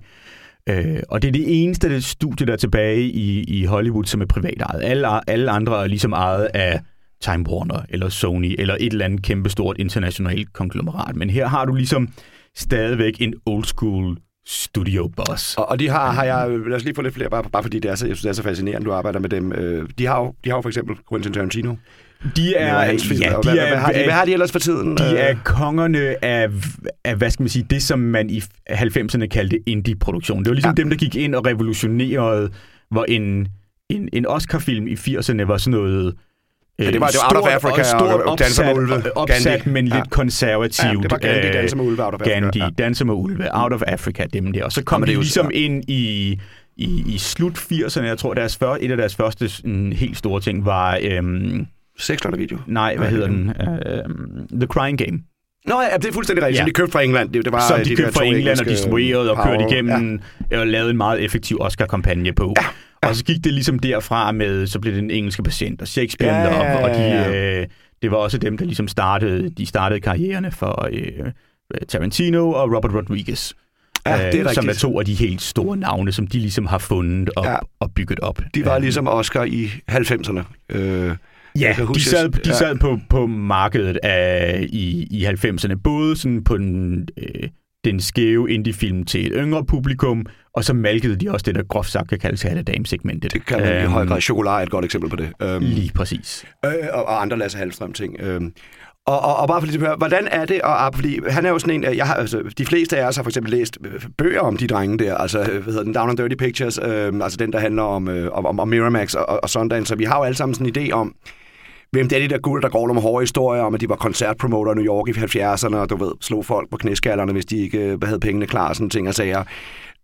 Øh, og det er det eneste det studie, der er tilbage i, i Hollywood, som er privatejet. Alle, alle andre er ligesom ejet af Time Warner, eller Sony, eller et eller andet kæmpestort internationalt konglomerat. Men her har du ligesom stadigvæk en old school studio boss. Og, og de har, har jeg, lad os lige få lidt flere, bare, bare fordi det er, så, jeg synes, det er så fascinerende, du arbejder med dem. De har jo, de har jo for eksempel Quentin Tarantino. De er, ja, de hvad, er, hvad, har de, hvad har de ellers for tiden? De er kongerne af, af, hvad skal man sige, det som man i halvfemserne kaldte indie-produktion. Det var ligesom ja. dem, der gik ind og revolutionerede, hvor en, en, en Oscar-film i firserne var sådan noget... Ja, det var jo Out of Africa og, og Danser med Ulve. Opsat, men lidt ja. konservativt. Ja, det var Gandhi, Danser med Ulve, Out of Africa. Gandhi, ja. Danser med Ulve, Out of Africa, dem der. Og så kom de ligesom ja. ind i, i, i slut firserne. Jeg tror, deres før, et af deres første sådan, helt store ting var... Øhm, sexlottervideo? Nej, hvad hedder den? Uh, The Crying Game. Nå ja, det er fuldstændig rigtigt. Ja. Som de købte fra England. Det, det var, som de, de købte fra England og distribuerede og kørte igennem ja. og lavede en meget effektiv Oscar-kampagne på. Ja. Ja. Og så gik det ligesom derfra med, så blev det Den Engelske Patient og Shakespeare ja, ja, ja, ja. og de, øh, det var også dem, der ligesom startede, de startede karriererne for øh, Tarantino og Robert Rodriguez. Ja, det er øh, som er to af de helt store navne, som de ligesom har fundet op, ja. og bygget op. De var ligesom Oscar i halvfemserne. Øh, ja, de sad, de sad ja. på, på markedet af, i, i halvfemserne, både sådan på den, øh, den skæve indie-film til et yngre publikum, og så malkede de også det, der groft sagt kan kaldes Hattedame-segmentet. Det kan man øhm, i høj grad. Chokolade er et godt eksempel på det. Um, lige præcis. Øh, og, og andre Lasse Hallstrøm-ting. Um, Og, og, og bare fordi, hvordan er det, og, fordi han er jo sådan en, jeg har, altså, de fleste af os har for eksempel læst bøger om de drenge der, altså, hvad hedder den, Down and Dirty Pictures, øh, altså den, der handler om, øh, om, om Miramax og, og Sundance, så vi har jo alle sammen sådan en idé om, hvem det er de der gutter, der går nogle hårde historier om, at de var koncertpromoter i New York i halvfjerdserne, og du ved, slog folk på knæskallerne, hvis de ikke havde pengene klar, sådan ting og sager.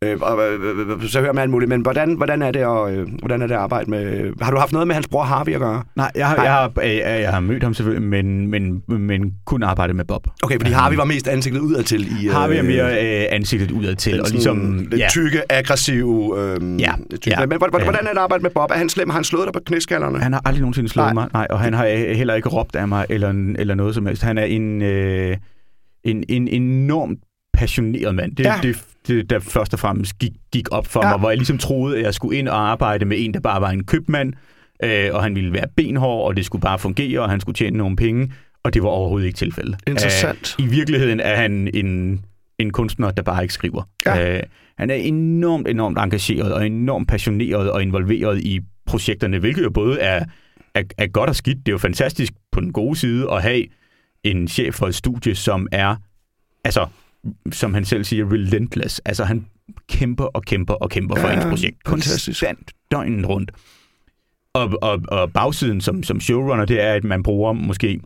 Øh, og, øh, så hører man alt muligt. Men hvordan, hvordan, er det at, øh, hvordan er det at arbejde med... Har du haft noget med hans bror Harvey at gøre? Nej, jeg har, jeg har, jeg, jeg har mødt ham selvfølgelig, men, men, men kun arbejdet med Bob. Okay, fordi Harvey var mest ansigtet udadtil i... Øh, Harvey er mere øh, ansigtet udadtil. Og ligesom... Lidt ja. tykke, aggressive... Øh, ja. tykke. Ja. Men hvordan er det at arbejde med Bob? Er han slem? Har han slået dig på knæskallerne? Han har aldrig nogensinde slået nej. mig. Nej, og han har heller ikke råbt af mig eller, eller noget som helst. Han er en, øh, en, en enormt passioneret mand. Det, ja. det, det der først og fremmest gik, gik op for ja. mig, hvor jeg ligesom troede, at jeg skulle ind og arbejde med en, der bare var en købmand, øh, og han ville være benhård, og det skulle bare fungere, og han skulle tjene nogle penge, og det var overhovedet ikke tilfældet. Interessant. Æh, I virkeligheden er han en, en kunstner, der bare ikke skriver. Ja. Æh, han er enormt, enormt engageret, og enormt passioneret og involveret i projekterne, hvilket jo både er, er, er godt og skidt. Det er jo fantastisk på den gode side at have en chef for et studie, som er, altså, som han selv siger, relentless. Altså, han kæmper og kæmper og kæmper for ja, ens projekt. Konstant døgnet rundt. Og, og, og bagsiden som, som showrunner, det er, at man bruger måske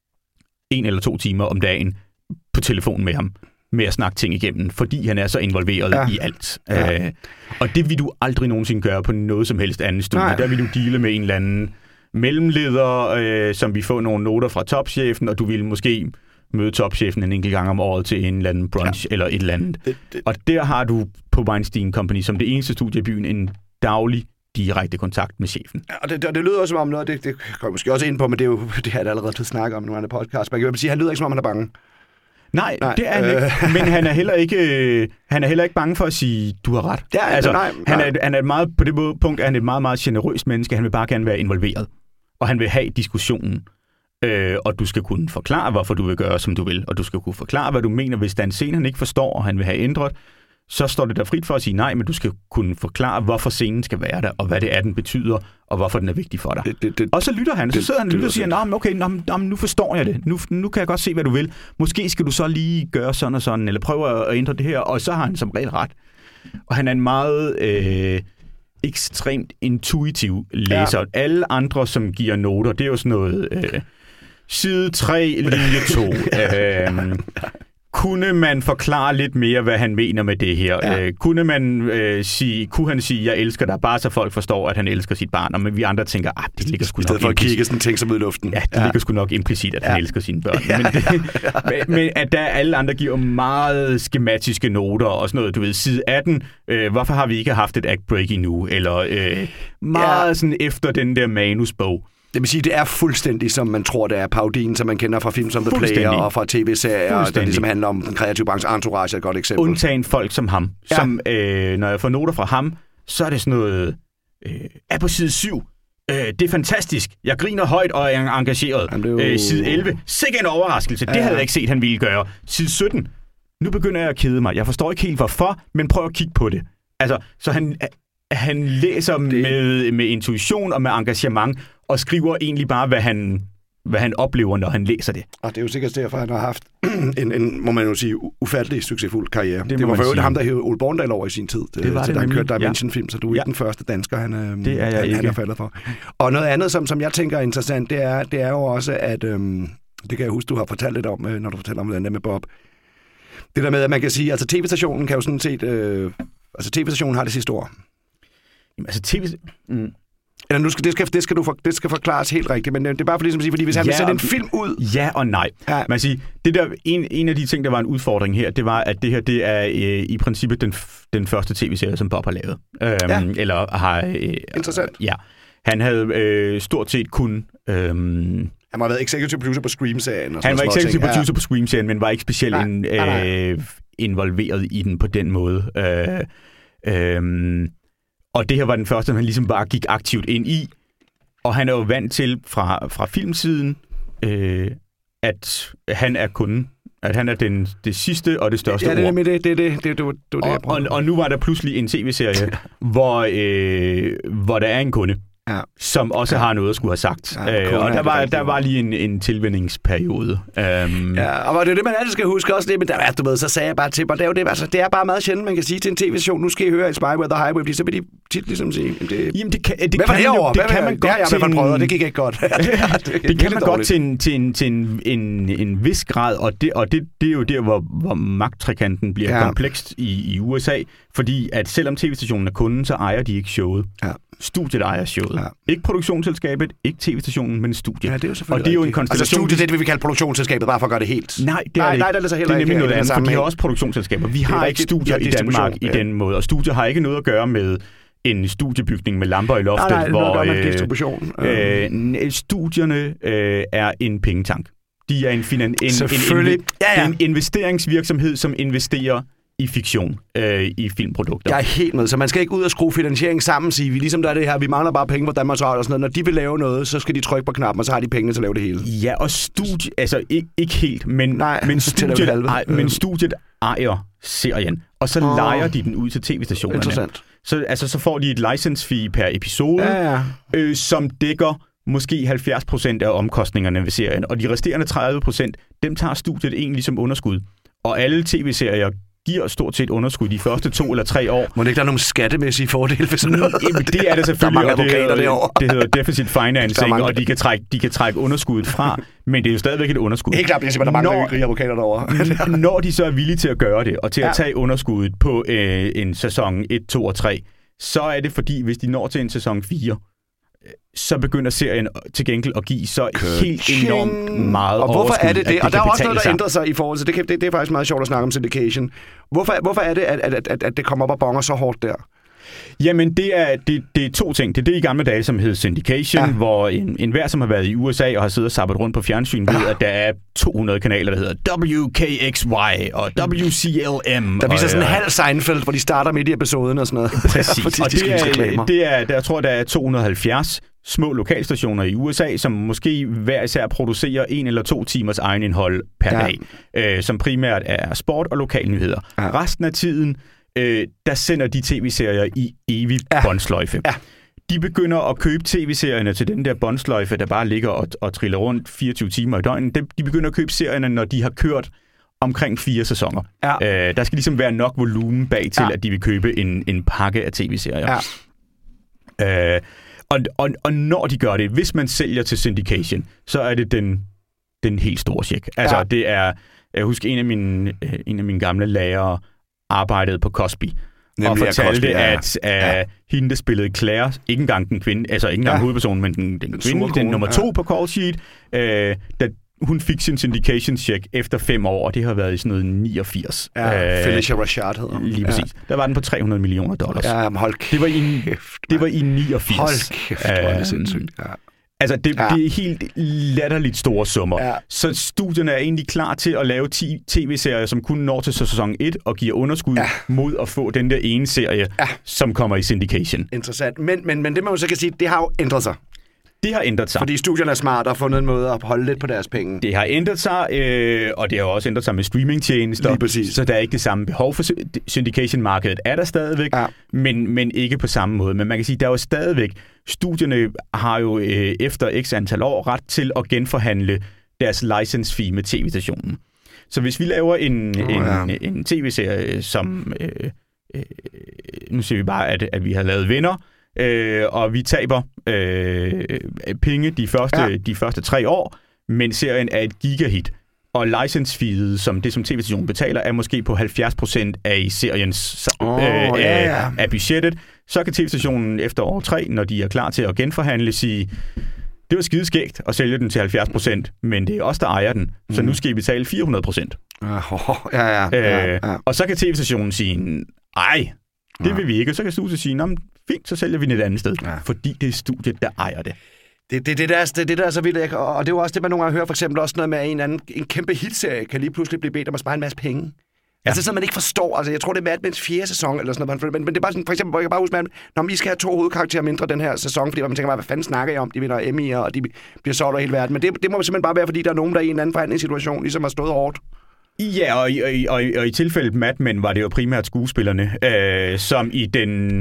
en eller to timer om dagen på telefonen med ham, med at snakke ting igennem, fordi han er så involveret ja. i alt. Ja. Øh, og det vil du aldrig nogensinde gøre på noget som helst andet studie. Nej. Der vil du deale med en eller anden mellemleder, øh, som vi får nogle noter fra topchefen, og du vil måske møde topchefen en enkelt gang om året til en eller anden brunch ja. eller et eller andet. Det, det. Og der har du på Weinstein Company som det eneste studie i byen en daglig direkte kontakt med chefen. Ja, og det, det, det lyder også som om noget, det, det kommer måske også ind på, men det er jo det her, der allerede til at snakke om, når man er podcast. Man kan jo sige, han lyder ikke som om, han er bange. Nej, nej, det er han ikke. Øh. Men han er heller ikke, han er heller ikke bange for at sige, du har ret. Ja, altså, nej, nej. Han er, han er meget, på det punkt er han et meget, meget generøst menneske. Han vil bare gerne være involveret. Og han vil have diskussionen. Øh, og du skal kunne forklare, hvorfor du vil gøre, som du vil. Og du skal kunne forklare, hvad du mener. Hvis der er en scene, han ikke forstår, og han vil have ændret, så står det der frit for at sige nej, men du skal kunne forklare, hvorfor scenen skal være der, og hvad det er, den betyder, og hvorfor den er vigtig for dig. Det, det, det, og så lytter han, så sidder han og lytter og siger, nå, okay, nå, nå, nu forstår jeg det. Nu, nu kan jeg godt se, hvad du vil. Måske skal du så lige gøre sådan og sådan, eller prøve at ændre det her, og så har han som regel ret. Og han er en meget øh, ekstremt intuitiv læser. Ja. Alle andre, som giver noter, det er jo sådan noget øh, side tre, linje to. øh, Kunne man forklare lidt mere, hvad han mener med det her? Ja. Øh, kunne man øh, sige, kunne han sige, jeg elsker dig, bare så folk forstår, at han elsker sit barn, og men vi andre tænker, ah, det ligger sgu nok implicit. I stedet for at kigge sådan ting som ud i luften. Ja, det ja. ligger sgu nok implicit, at ja. han elsker sine børn. Ja. Men, det, men, men at der alle andre giver meget skematiske noter og sådan noget, du ved, side atten, øh, hvorfor har vi ikke haft et act break endnu? Eller øh, meget ja. sådan efter den der manusbog. Det vil sige, det er fuldstændig, som man tror, det er parodien, som man kender fra film som The Player og fra tv-serier, der ligesom handler om den kreative branche. Entourage er et godt eksempel. Undtagen folk som ham. Ja. Som, øh, når jeg får noter fra ham, så er det sådan noget, øh, er på side syv. Øh, det er fantastisk. Jeg griner højt og er engageret. Jamen, jo... øh, side elleve. Sikke en overraskelse. Ja. Det havde jeg ikke set, han ville gøre. Side sytten. Nu begynder jeg at kede mig. Jeg forstår ikke helt, hvorfor, men prøv at kigge på det. Altså, så han, han læser det... med, med intuition og med engagement, og skriver egentlig bare, hvad han, hvad han oplever, når han læser det. Og det er jo sikkert derfor, at han har haft en, en må man jo sige, ufattelig succesfuld karriere. Det, det var for øvrigt ham, der hævde Ole Borndal over i sin tid, det var til det, da han kørte Dimension-film, så du er ja. ikke den første dansker, han, det er, jeg han, ikke. han er faldet for. Og noget andet, som, som jeg tænker er interessant, det er, det er jo også, at øhm, det kan jeg huske, du har fortalt lidt om, når du fortæller om, hvordan det er med Bob. Det der med, at man kan sige, altså tv-stationen kan jo sådan set, øh, altså tv-stationen har det sidste ord. Jamen, altså tv... Mm. Eller nu skal, det, skal, det, skal du for, det skal forklares helt rigtigt, men det er bare for ligesom at sige, fordi hvis han ja, vil sætte en film ud... Ja og nej. Ja. Man siger, det der, en, en af de ting, der var en udfordring her, det var, at det her det er øh, i princippet den, den første tv-serie, som Bob har lavet. Øhm, ja. Eller har... Øh, Interessant. Ja. Han havde øh, stort set kun... Øh, han har været executive producer på Scream-serien. Og han var executive ting. producer ja. på Scream-serien, men var ikke specielt nej, en, øh, nej, nej. involveret i den på den måde. Øh, øh, og det her var den første, han ligesom bare gik aktivt ind i. Og han er jo vant til fra, fra filmsiden, øh, at han er kunden. At han er den, det sidste og det største ord. Ja, det er ord. det, det, det, det, det, det, var, det var det, og, og, og nu var der pludselig en tv-serie, hvor, øh, hvor der er en kunde. ja. som også ja. har noget at skulle have sagt. Ja, øh, og der var, der var lige en, en tilvændingsperiode. Um, ja, og det er det, man altid skal huske også det, men der, du ved, så sagde jeg bare til mig, det er jo det, altså, det er bare meget sjældent, man kan sige til en tv-station, nu skal I høre et Spy with the Highway, så vil de tit ligesom sige, det, jamen det kan, det hvad kan man jo, det hvad kan man godt det til en, prøvet, og det gik ikke godt. det, det, det kan man godt til en, til en, til en, en, en vis grad, og det, og det, det er jo der, hvor, hvor magttrekanten bliver ja. komplekst i, i U S A, fordi at selvom tv-stationen er kunden, så ejer de ikke showet. Ja. Studiet ejer showet. Ja. Ikke produktionsselskabet, ikke tv-stationen, men studiet. Ja, det er jo selvfølgelig og det er jo en konstellation. Altså studiet, det vil vi kalde produktionsselskabet, bare for at gøre det helt. Nej, det er, nej, det, nej, det er, så det er nemlig noget andet, for vi har også produktionsselskaber. Vi har ikke studier i Danmark ja. i den måde, og studier har ikke noget at gøre med en studiebygning med lamper i loftet, nej, nej, hvor øh, distribution. Øh, studierne øh, er en pengetank. De er en, finan- en, en, en, ja, ja. en investeringsvirksomhed, som investerer i fiktion, øh, i filmprodukter. Jeg er helt med, så man skal ikke ud og skrue finansiering sammen, sige vi ligesom der er det her, vi mangler bare penge på Danmarks Radio og sådan noget. Når de vil lave noget, så skal de trykke på knappen, og så har de pengene til at lave det hele. Ja, og studiet, altså ikke, ikke helt, men, nej, men, studiet, ej, men studiet ejer serien, og så oh. lejer de den ud til tv-stationerne. Interessant. Så, altså, så får de et license fee per episode, ja, ja. Øh, som dækker måske halvfjerds procent af omkostningerne ved serien, og de resterende tredive procent, dem tager studiet egentlig som underskud. Og alle tv-serier giver stort set underskud de første to eller tre år. Må det ikke der er nogle skattemæssige fordele ved sådan noget? Jamen, det er det selvfølgelig, der er mange og det, derovre. det hedder deficit financing, mange... og de kan, trække, de kan trække underskuddet fra, men det er jo stadigvæk et underskud. Helt klart, jeg siger, der er mange rige advokater derovre. Når de så er villige til at gøre det, og til at tage underskuddet på øh, en sæson et, to og tre, så er det fordi, hvis de når til en sæson fire, så begynder serien til gengæld at give så helt enormt meget og hvorfor overskud, er det det? det og der er også noget, der sig. ændrer sig i forhold til det. Det, det er faktisk meget sjovt at snakke om syndication. Hvorfor, hvorfor er det, at, at, at, at det kommer op og bonger så hårdt der? Jamen, det er, det, det er to ting. Det er det i gamle dage, som hed syndication, ja. hvor en, en hver, som har været i U S A og har siddet og sappet rundt på fjernsyn, ved, ja. at der er to hundrede kanaler, der hedder W K X Y og W C L M. Der viser og, sådan en halv Seinfeld, hvor de starter midt i episoden og sådan noget. Præcis. og det er, det er, der, jeg tror, der er to hundrede og halvfjerds små lokalstationer i U S A, som måske hver især producerer en eller to timers egen indhold per ja. dag, øh, som primært er sport og lokalnyheder. Ja. Resten af tiden, øh, der sender de tv-serier i evig ja. båndsløjfe. Ja. De begynder at købe tv-serierne til den der båndsløjfe, der bare ligger og, og triller rundt fireogtyve timer i døgnet. De, de begynder at købe serierne, når de har kørt omkring fire sæsoner. Ja. Øh, der skal ligesom være nok volumen bag til, ja. at de vil købe en, en pakke af tv-serier. Ja. Øh, Og, og, og når de gør det, hvis man sælger til syndication, så er det den, den helt store check. Altså, ja. det er... Jeg husker, en af mine, en af mine gamle lærere arbejdede på Cosby, nemlig og fortalte, Cosby, ja. at ja. hende, der spillede Claire, ikke engang den kvinde, altså ikke engang ja. hovedpersonen, men den, den kvinde, den nummer to ja. på call sheet, øh, da hun fik sin syndication check efter fem år, og det har været i sådan noget niogfirs. Ja, øh, Felicia Rashad hedder lige præcis. Ja. Der var den på tre hundrede millioner dollars. Ja, hold kæft. Det var i, det var i niogfirs. Hold kæft, det var det sindssygt. Ja. Altså, det, ja. det er helt latterligt store summer. Ja. Så studierne er egentlig klar til at lave ti tv-serier, som kun når til sæson et og giver underskud ja. mod at få den der ene serie, ja. som kommer i syndication. Interessant. Men, men, men det man jo så kan sige, det har jo ændret sig. Det har ændret sig. Fordi studierne er smart og har fundet en måde at holde lidt på deres penge. Det har ændret sig, øh, og det har også ændret sig med streamingtjenester. Lige præcis. Så der er ikke det samme behov for syndication-markedet. Er der stadigvæk, ja. men, men ikke på samme måde. Men man kan sige, der er jo stadigvæk... Studierne har jo øh, efter x antal år ret til at genforhandle deres license fee med tv-stationen. Så hvis vi laver en, oh, en, ja. en, en tv-serie, som... Øh, øh, nu ser vi bare, at, at vi har lavet Venner, Øh, og vi taber øh, penge de første, ja. de første tre år, men serien er et gigahit. Og license-feedet, som det som tv-stationen betaler, er måske på halvfjerds procent af seriens oh, øh, ja, ja. Af, af budgettet. Så kan tv-stationen efter år tre, når de er klar til at genforhandle, sige, det var skideskægt at sælge den til halvfjerds procent, men det er os, der ejer den, så mm. nu skal I betale fire hundrede procent. Uh, oh, ja, ja, ja, ja. Øh, og så kan tv-stationen sige, ej, det vil vi ikke. Og så kan studiet sige, fint, så sælger vi den et andet sted, ja. fordi det er studiet, der ejer det. Det, det, det, der, det, det der er så vildt, og det er jo også det, man nogle gange hører, for eksempel også noget med, at en, anden, en kæmpe hitserie kan lige pludselig blive bedt om at spare en masse penge. Ja. Altså sådan, man ikke forstår. Altså, jeg tror, det er Mad Men's fjerde sæson, eller sådan noget, men, men det er bare sådan, for eksempel, hvor jeg kan bare huske, at når I skal have to hovedkarakterer mindre den her sæson, fordi man tænker bare, hvad fanden snakker I om? De vinder Emmy'er, og de bliver solgt over hele verden. Men det, det må simpelthen bare være, fordi der er nogen, der i en eller anden forhandlingssituation ligesom har stået hårdt. Ja, og, og, og, og i tilfældet Mad Men var det jo primært skuespillerne, øh, som i den...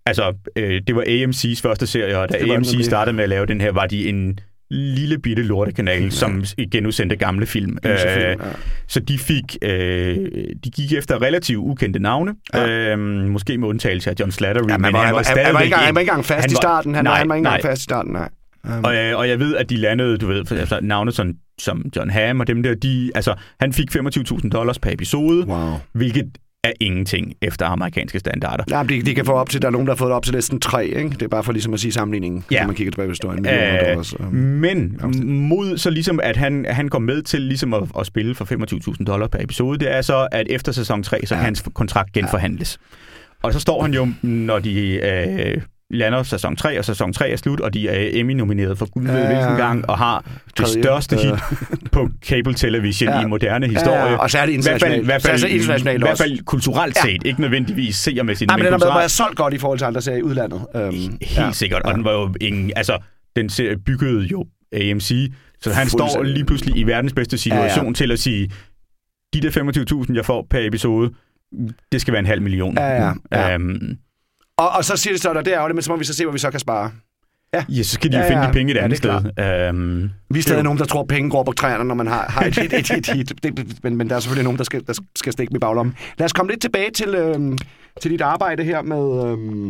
Altså, øh, det var A M C's første serie, og da A M C startede med at lave den her, var de en lille bitte lortekanal, ja. som genudsendte gamle film. Øh, ja. Så de fik, øh, de gik efter relativt ukendte navne, ja. øh, måske med undtagelse af John Slattery, ja, men han var stadigvæk... Han var ikke engang fast han var, i starten, han, nej, var, han var ikke engang fast i starten, nej. Um. Og, og jeg ved, at de landede, du ved, altså, navne som, som John Hamm og dem der, de, altså, han fik femogtyve tusind dollars per episode, wow. hvilket er ingenting efter amerikanske standarder. Ja, de, de kan få op til, der er nogen, der har fået op til næsten tre, ikke? Det er bare for ligesom at sige sammenligningen, ja. Så man kigger tilbage på historien. Æh, dollars, um, men mod så ligesom, at han, han går med til ligesom at, at spille for femogtyve tusind dollars per episode, det er så, at efter sæson tre, så ja. kan hans kontrakt genforhandles. Ja. Og så står han jo, når de... Øh, lander sæson tre, og sæson tre er slut, og de er Emmy-nomineret for gud ved ja, hvilken gang, og har det største hit på cable television ja. i moderne historie. Ja, og så er det internationalt. I hvert fald, så internationalt i hvert fald kulturelt set, ja. ikke nødvendigvis seermæssigt. Ja, men den har været solgt godt i forhold til andre serier i udlandet. Um, Helt ja. sikkert, og ja. den var jo ingen... Altså, den serie byggede jo A M C, så han står lige pludselig i verdens bedste situation ja, ja. til at sige, de der femogtyve tusind, jeg får per episode, det skal være en halv million. Ja, ja. ja. Um, Og, og så siger det så, der det er jo det, men så må vi så se, hvor vi så kan spare. Ja, ja så skal de jo ja, finde ja. de penge et andet ja, sted. Um, vi er stadig nogen, der tror, at penge går på træerne, når man har, har et hit, et hit, hit. Det, men, men der er selvfølgelig nogen, der skal, der skal stikke med baglommen. Lad os komme lidt tilbage til, øhm, til dit arbejde her med... Øhm,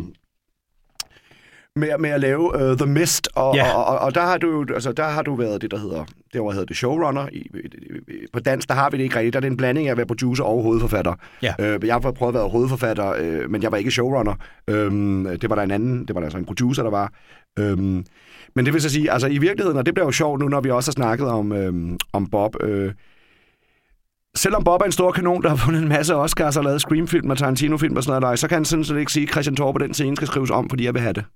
med, med at lave uh, The Mist, og, yeah. og, og, og der har du altså der har du været det, der hedder, det var hedder det showrunner. I, på dansk, der har vi det ikke rigtigt. Der er det en blanding af at være producer og hovedforfatter. Yeah. Uh, jeg har prøvet at være hovedforfatter, uh, men jeg var ikke showrunner. Um, det var der en anden, det var der altså en producer, der var. Um, men det vil så sige, altså i virkeligheden, og det bliver jo sjovt nu, når vi også har snakket om, um, om Bob. Uh, Selvom Bob er en stor kanon, der har vundet en masse Oscars og lavet Scream-film og Tarantino-film og sådan noget, så kan han sådan set ikke sige, at Christian Torpe den scene skal skrives om, fordi jeg vil have det.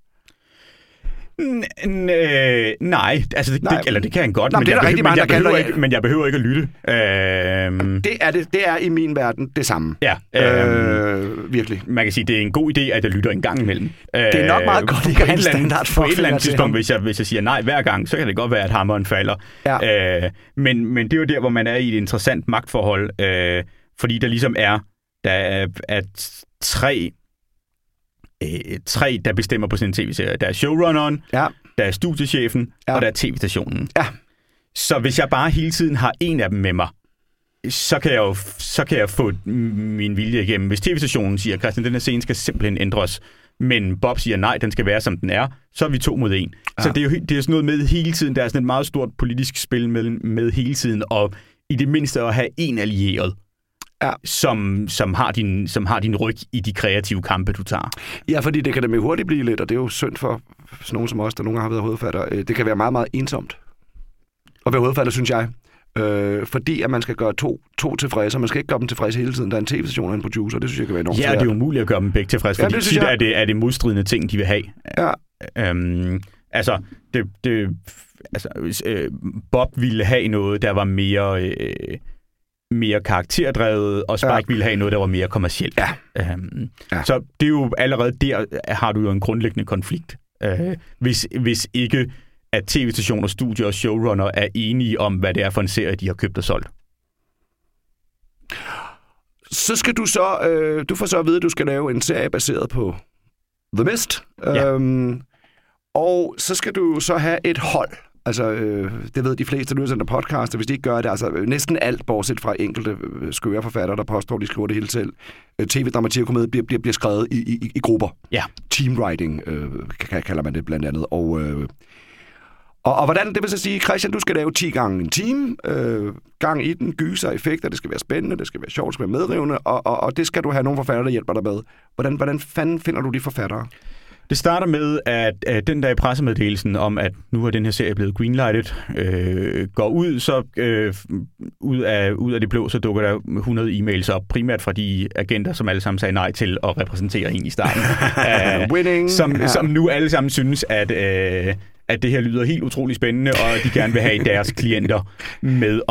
N- n- nej, altså det, nej. Det, eller det kan han godt, Nå, men, det er jeg rigtig behøver, mange, men, jeg der behøver kan ikke, men jeg behøver ikke at lytte. Øhm, det, er det, det er i min verden det samme. Ja, øhm, øh, virkelig. Man kan sige, det er en god idé, at jeg lytter en gang imellem. Det er nok meget godt, ikke på, et andet, på et eller andet tidspunkt, hvis jeg, hvis jeg siger nej hver gang, så kan det godt være, at hammeren falder. Ja. Øh, men, men det er jo der, hvor man er i et interessant magtforhold, øh, fordi der ligesom er, der er, er tre... tre, der bestemmer på sin tv-serie. Der er showrunneren, ja. der er studiechefen, ja. og der er tv-stationen. Ja. Så hvis jeg bare hele tiden har en af dem med mig, så kan jeg jo så kan jeg få min vilje igennem. Hvis tv-stationen siger, Christian, den her scene skal simpelthen ændres, men Bob siger, nej, den skal være, som den er, så er vi to mod en. Ja. Så det er jo det er sådan noget med hele tiden, der er sådan et meget stort politisk spil med, med hele tiden, og i det mindste at have en allieret. Ja. Som, som, har din, som har din ryg i de kreative kampe, du tager. Ja, fordi det kan nemlig hurtigt blive lidt, og det er jo synd for sådan nogen som os, der nogle gange har været hovedfatter. Det kan være meget, meget ensomt at være hovedfatter, synes jeg. Øh, fordi at man skal gøre to, to tilfredse, og man skal ikke gøre dem tilfredse hele tiden. Der er en tv-station og en producer, det synes jeg kan være enormt svært. Ja, det er umuligt at gøre dem begge tilfredse, fordi ja, tit er det, er det modstridende ting, de vil have. Ja. Øhm, altså, det, det, altså øh, Bob ville have noget, der var mere... Øh, mere karakterdrevet, og Spike ja. ville have noget, der var mere kommercielt. Ja. Øhm, ja. Så det er jo allerede der, har du jo en grundlæggende konflikt. Øh, hvis, hvis ikke, at tv-stationer, studier og showrunner er enige om, hvad det er for en serie, de har købt og solgt. Så skal du så, øh, du får så at vide, at du skal lave en serie baseret på The Mist. Ja. Øhm, og så skal du så have et hold. Altså, øh, det ved de fleste, der lytter podcast, og hvis de ikke gør det, altså næsten alt, bortset fra enkelte øh, skøre forfattere, der påstår, de skriver det hele selv. Øh, T V, dramatik og komedie bliver, bliver, bliver skrevet i, i, i grupper. Ja. Teamwriting øh, kalder man det blandt andet. Og, øh, og, og hvordan, det vil så sige, Christian, du skal lave ti gange en time, øh, gang i den, gyser, effekter, det skal være spændende, det skal være sjovt, det skal være medrivende, og, og, og det skal du have nogle forfattere, der hjælper dig med. Hvordan, hvordan fanden finder du de forfattere? Det starter med, at, at den der i pressemeddelelsen om, at nu er den her serie blevet greenlightet, øh, går ud, så øh, ud, af, ud af det blå, så dukker der hundrede e-mails op, primært fra de agenter, som alle sammen sagde nej til at repræsentere en i starten. uh, Winning! Som, ja. som nu alle sammen synes, at, øh, at det her lyder helt utrolig spændende, og de gerne vil have deres klienter med ombord.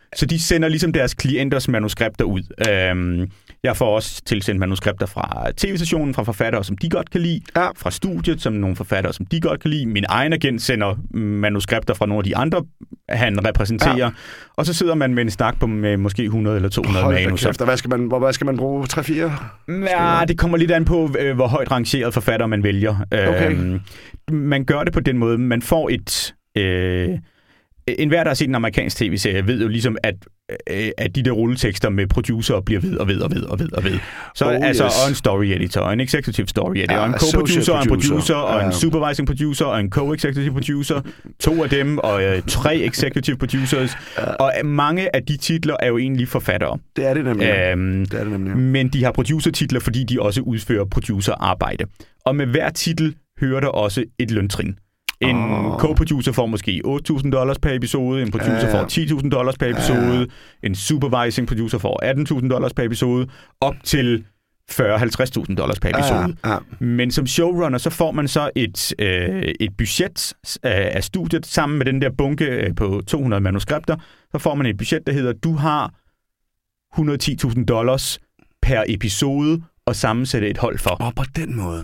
Så de sender ligesom deres klienters manuskripter ud. Øhm, jeg får også tilsendt manuskripter fra tv-stationen, fra forfattere, som de godt kan lide, ja. fra studiet, som nogle forfattere, som de godt kan lide. Min egen agent sender manuskripter fra nogle af de andre, han repræsenterer. Ja. Og så sidder man med en snak på med måske hundrede eller to hundrede manuskripter. Hvad skal man, hvor, hvad skal man bruge? tre fire? Ja, det kommer lidt an på, hvor højt rangeret forfatter man vælger. Okay. Øhm, man gør det på den måde. Man får et... Øh, En hver, der har set en amerikansk tv-serie, ved jo ligesom, at, at de der rulletekster med producer bliver ved og ved og ved og ved og ved. Så oh, altså, yes. og en story editor, og en executive story editor, ja, og en co-producer, og en producer, og en supervising producer, og en co-executive producer. To af dem, og øh, tre executive producers. Ja. Og mange af de titler er jo egentlig forfattere. Det er det nemlig. Øhm, det er det nemlig. Men de har producer-titler, fordi de også udfører producer-arbejde. Og med hver titel hører der også et løntrin. En oh. co-producer får måske otte tusind dollars per episode, en producer ja, ja. får ti tusind dollars per episode, ja, ja. en supervising producer får atten tusind dollars per episode, op til fyrre til halvtreds tusind dollars per episode. Ja, ja. Men som showrunner, så får man så et, øh, et budget af studiet, sammen med den der bunke på to hundrede manuskripter, så får man et budget, der hedder, du har et hundrede og ti tusind dollars per episode at sammensætte et hold for. Og på den måde.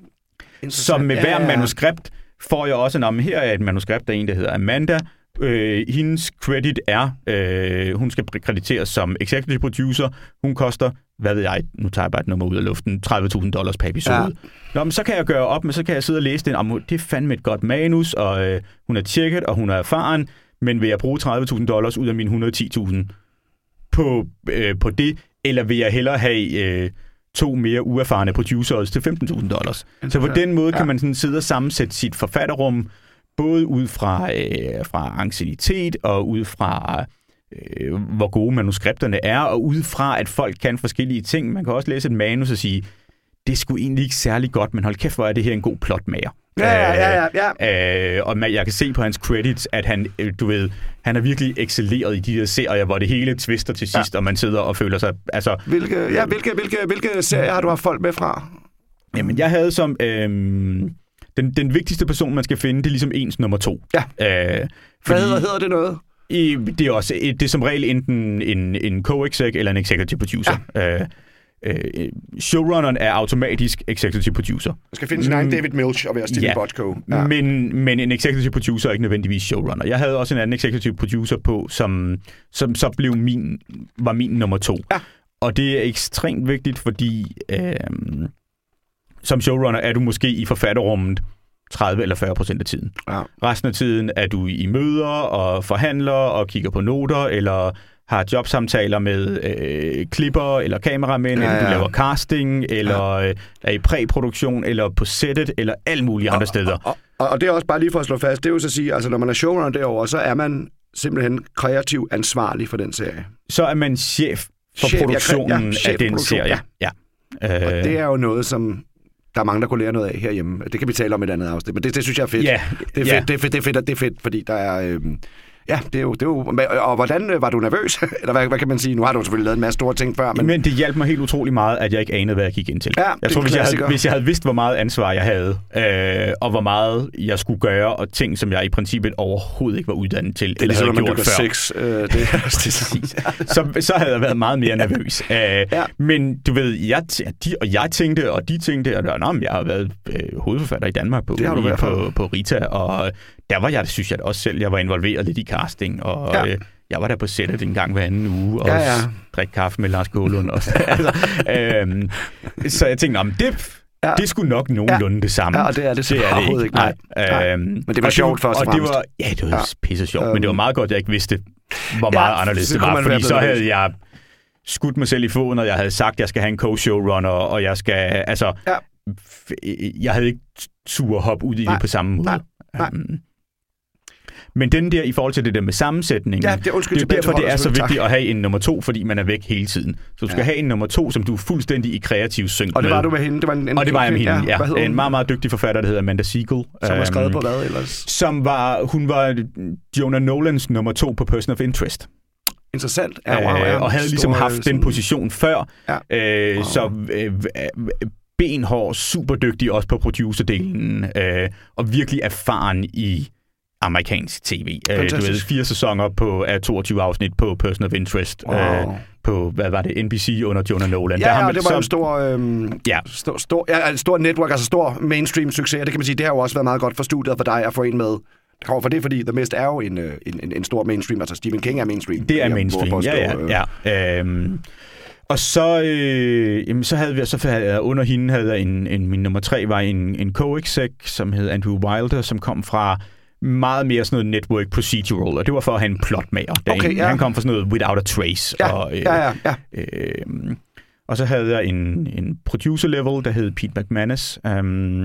Så med hver ja, ja. manuskript får jeg også en om, her er et manuskript af en, der hedder Amanda. Øh, hendes credit er, øh, hun skal krediteres som executive producer. Hun koster, hvad ved jeg, nu tager jeg bare et nummer ud af luften, tredive tusind dollars per episode. Ja. Nå, men så kan jeg gøre op, men så kan jeg sidde og læse den. Om, det er fandme et godt manus, og øh, hun er tjekket, og hun er erfaren, men vil jeg bruge tredive tusind dollars ud af mine et hundrede og ti tusind på, øh, på det, eller vil jeg hellere have... Øh, to mere uerfarne producers til femten tusind dollars. Så på den måde kan ja. man sådan sidde og sammensætte sit forfatterrum, både ud fra, øh, fra anciennitet og ud fra, øh, hvor gode manuskripterne er, og ud fra, at folk kan forskellige ting. Man kan også læse et manus og sige, det er sgu egentlig ikke særlig godt, men hold kæft, hvor er det her en god plotmager. Ja, ja, ja, ja. Øh, og man, jeg kan se på hans credits, at han, du ved, han har virkelig excelleret i de her serier, hvor det hele twister til sidst, ja. og man sidder og føler sig... Altså, hvilke, ja, hvilke, hvilke, hvilke serier har du haft folk med fra? Jamen, jeg havde som... Øhm, den, den vigtigste person, man skal finde, det er ligesom ens nummer to. Ja. Øh, fordi, Hvad hedder, hedder det noget? I, det er også det er som regel enten en, en co-exec eller en executive producer. Ja. Øh, Øh, showrunneren er automatisk executive producer. Der skal finde sin egen David Milch og være Steve ja. Bochco. Ja. Men, men en executive producer er ikke nødvendigvis showrunner. Jeg havde også en anden executive producer på, som, som så blev min, var min nummer to. Ja. Og det er ekstremt vigtigt, fordi øh, som showrunner er du måske i forfatterrummet tredive eller fyrre procent af tiden. Ja. Resten af tiden er du i møder og forhandler og kigger på noter, eller har jobsamtaler med øh, klipper eller kameramænd, ja, ja. eller du laver casting, eller ja. øh, er i præproduktion, eller på settet, eller alle mulige andre og, steder. Og, og, og det er også bare lige for at slå fast, det er jo så at sige, altså når man er showrunner derovre, så er man simpelthen kreativ ansvarlig for den serie. Så er man chef for chef, produktionen ja, ja, af den produktion, serie. Ja. Ja. Og det er jo noget, som der er mange, der kunne lære noget af herhjemme. Det kan vi tale om i et andet afsnit, men det, det synes jeg er fedt. Ja. Det er fedt, ja. det er fedt, det er fedt, det er fedt, fordi der er... Øh, Ja, det er jo... Det er jo og hvordan var du nervøs? Eller hvad, hvad kan man sige? Nu har du selvfølgelig lavet en masse store ting før. Men, men det hjalp mig helt utrolig meget, at jeg ikke anede, hvad jeg gik ind til. Ja, jeg tror, hvis jeg, havde, hvis jeg havde vidst, hvor meget ansvar jeg havde, øh, og hvor meget jeg skulle gøre, og ting, som jeg i princippet overhovedet ikke var uddannet til, det er ligesom, når man dykker sex. Øh, det, det så, så havde jeg været meget mere nervøs. Øh, ja. Men du ved, jeg, de, og jeg tænkte, og de tænkte, at nå, jeg har været øh, hovedforfatter i Danmark på, i, på, på Rita, og der var jeg, synes jeg også selv, jeg var involveret lidt i casting, og ja. øh, jeg var der på sættet en gang hver anden uge, og ja, ja. drikke kaffe med Lars Kålund. Og, altså, øhm, så jeg tænkte, det, ja. det skulle nok nogenlunde ja. det samme. Ja, og det er det, det overhovedet ikke. Nej. Nej. Øhm, men det var sjovt for os. Og det var, ja, det var ja. pisse sjovt, um, men det var meget godt, at jeg ikke vidste, hvor meget ja, anderledes det var, fordi så havde jeg skudt mig selv i foden, og jeg havde sagt, at jeg skal have en co-showrunner, og jeg skal, altså, ja. jeg havde ikke tur hoppe ud i Nej. det på samme måde. Nej. Nej. Um, Men den der, i forhold til det der med sammensætningen, ja, det, undskyld, det er derfor, det er så vigtigt tak. at have en nummer to, fordi man er væk hele tiden. Så du skal ja. have en nummer to, som du er fuldstændig i kreativ synk med. Og det var du med hende? Det var en, en, og det var jeg med hende, ja. ja. En meget, meget dygtig forfatter, der hedder Amanda Siegel. Som var skrevet um, på hvad ellers? Som var, hun var Jonah Nolans nummer to på Person of Interest. Interessant. Ja, wow, ja. Og havde ligesom haft sådan... den position før. Ja. Øh, wow. Så... Øh, benhård, super dygtig også på producerdelen, øh, og virkelig erfaren i amerikansk tv. Uh, du ved, fire sæsoner på af toogtyve afsnit på Person of Interest. Wow. Uh, på, hvad var det, N B C under Jonah Nolan. Ja, der ja, det var så, en stor, øhm, ja. stor, stor, ja, stor network, altså stor mainstream succes. Det kan man sige, det har jo også været meget godt for studiet for dig at få en med. Det kommer for det, fordi The Mist er jo en, en, en, en stor mainstream, altså Stephen King er mainstream. Det er mainstream, ja, ja. ja. Øhm, og så, øh, jamen, så havde vi, så havde jeg, under hende havde jeg en, en, min nummer tre var en, en co-exec, som hed Andrew Wilder, som kom fra meget mere sådan noget network procedural, og det var for at have en plotmager. Okay, ja. Han kom fra sådan noget Without a Trace. Ja, og, øh, ja, ja. ja. Øh, og så havde jeg en, en producer level, der hed Pete McManus, øh,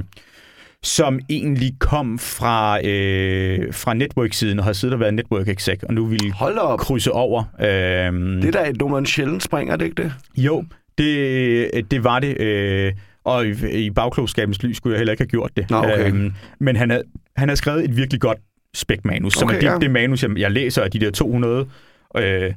som egentlig kom fra, øh, fra network-siden, og har siddet og været network exec, og nu ville krydse over. Øh, det er da et nummer en sjældent spring, er det ikke det? Jo, det, det var det. Øh, og i, i bagklogskabens lys skulle jeg heller ikke have gjort det. Nå, okay. øh, men han havde, han havde skrevet et virkelig godt spec-manus, som okay, er det, ja. det manus, jeg, jeg læser af de der to hundrede, øh,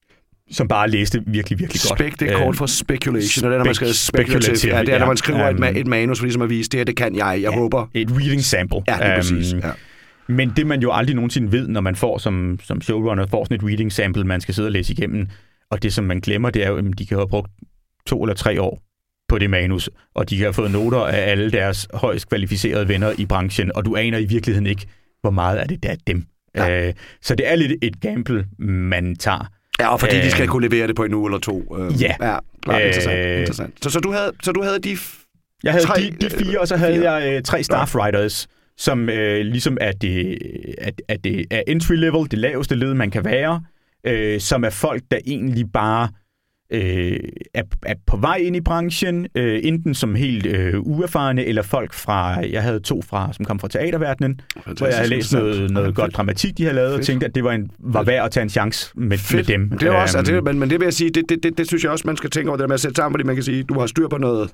som bare læste virkelig, virkelig godt. Spec, det er kort for speculation, og det er, når man skriver speculative. Ja, det er, når man skriver ja, um, et, et manus, for ligesom at vise, det her, det kan jeg, jeg ja, håber. Et reading sample. Ja, det er præcis. Ja. Men det, man jo aldrig nogensinde ved, når man får som, som showrunner, får sådan et reading sample, man skal sidde og læse igennem, og det, som man glemmer, det er jo, at de kan have brugt to eller tre år på det manus, og de kan have fået noter af alle deres højst kvalificerede venner i branchen, og du aner i virkeligheden ikke, hvor meget af det der er dem. Ja. Øh, så det er lidt et gamble, man tager. Ja, og fordi øh, de skal kunne levere det på en uge eller to. Øh, ja. Ja, klart, øh, interessant. interessant. Så, så, du havde, så du havde de f- Jeg havde tre, de, de fire, og så havde fire. jeg øh, tre staff writers, som øh, ligesom er det, at, at det er entry level, det laveste led, man kan være, øh, som er folk, der egentlig bare øh, er, er på vej ind i branchen, øh, enten som helt øh, uerfarne, eller folk fra, jeg havde to fra, som kom fra teaterverdenen, hvor jeg havde læst noget, noget godt dramatik, de havde lavet, fedt. Og tænkte, at det var, en, var værd at tage en chance med, med dem. Det er også, um, det, men, men det vil jeg sige, det, det, det, det synes jeg også, man skal tænke over det der med at sætte sammen, fordi man kan sige, du har styr på noget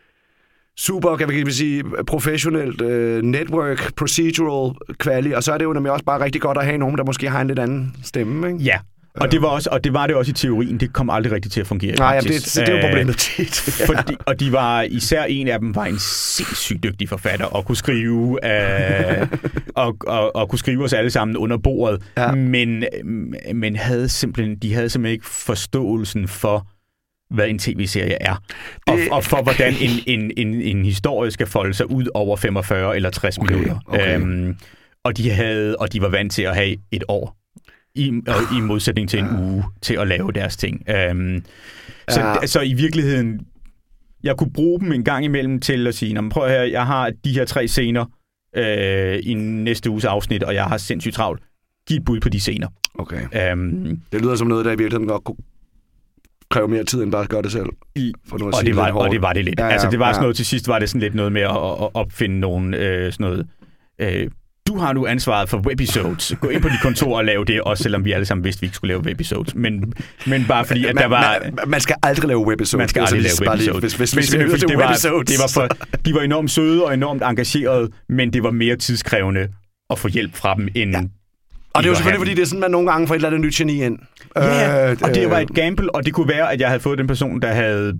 super, kan vi sige, professionelt uh, network, procedural quality, og så er det jo nemlig også bare rigtig godt at have nogen, der måske har en lidt anden stemme, ikke? Ja. Og det var også, og det var det også i teorien. Det kom aldrig rigtigt til at fungere. Nej, jamen, det, det er jo problemet tit. Ja. Fordi, og de var, især en af dem var en sindssygt dygtig forfatter og kunne skrive uh, og, og, og kunne skrive os alle sammen under bordet, ja. men men havde simpelthen de havde simpelthen ikke forståelsen for, hvad en tv-serie er, det... og, og for hvordan en, en, en, en historie skal folde sig ud over femogfyrre eller tres okay, minutter. Okay. Um, og de havde og de var vant til at have et år. I, og i modsætning til en ja. uge til at lave deres ting. Um, så, ja. så i virkeligheden, jeg kunne bruge dem en gang imellem til at sige, prøv her, jeg har de her tre scener øh, i næste uges afsnit, og jeg har sindssygt travlt. Giv et bud på de scener. Okay. Um, det lyder som noget, der i virkeligheden godt kunne kræve mere tid, end bare at gøre det selv. For nu at og, det var, og det var det lidt. Ja, ja, altså, det var ja. sådan noget, til sidst var det sådan lidt noget med at, at opfinde nogle øh, sådan noget... Øh, Du har nu ansvaret for webisodes. Gå ind på dit kontor og lave det, også selvom vi alle sammen vidste, at vi ikke skulle lave webisodes. Men, men bare fordi, at man, der var... Man, man skal aldrig lave webisodes. Man skal aldrig lave webisodes. Hvis, hvis, hvis, hvis, hvis det var, det var for, de var enormt søde og enormt engagerede, men det var mere tidskrævende at få hjælp fra dem, end... Ja. Og det er jo selvfølgelig, fordi det er sådan, man nogle gange får et eller andet nyt geni ind. Ja, øh, og det var et gamble, og det kunne være, at jeg havde fået den person, der havde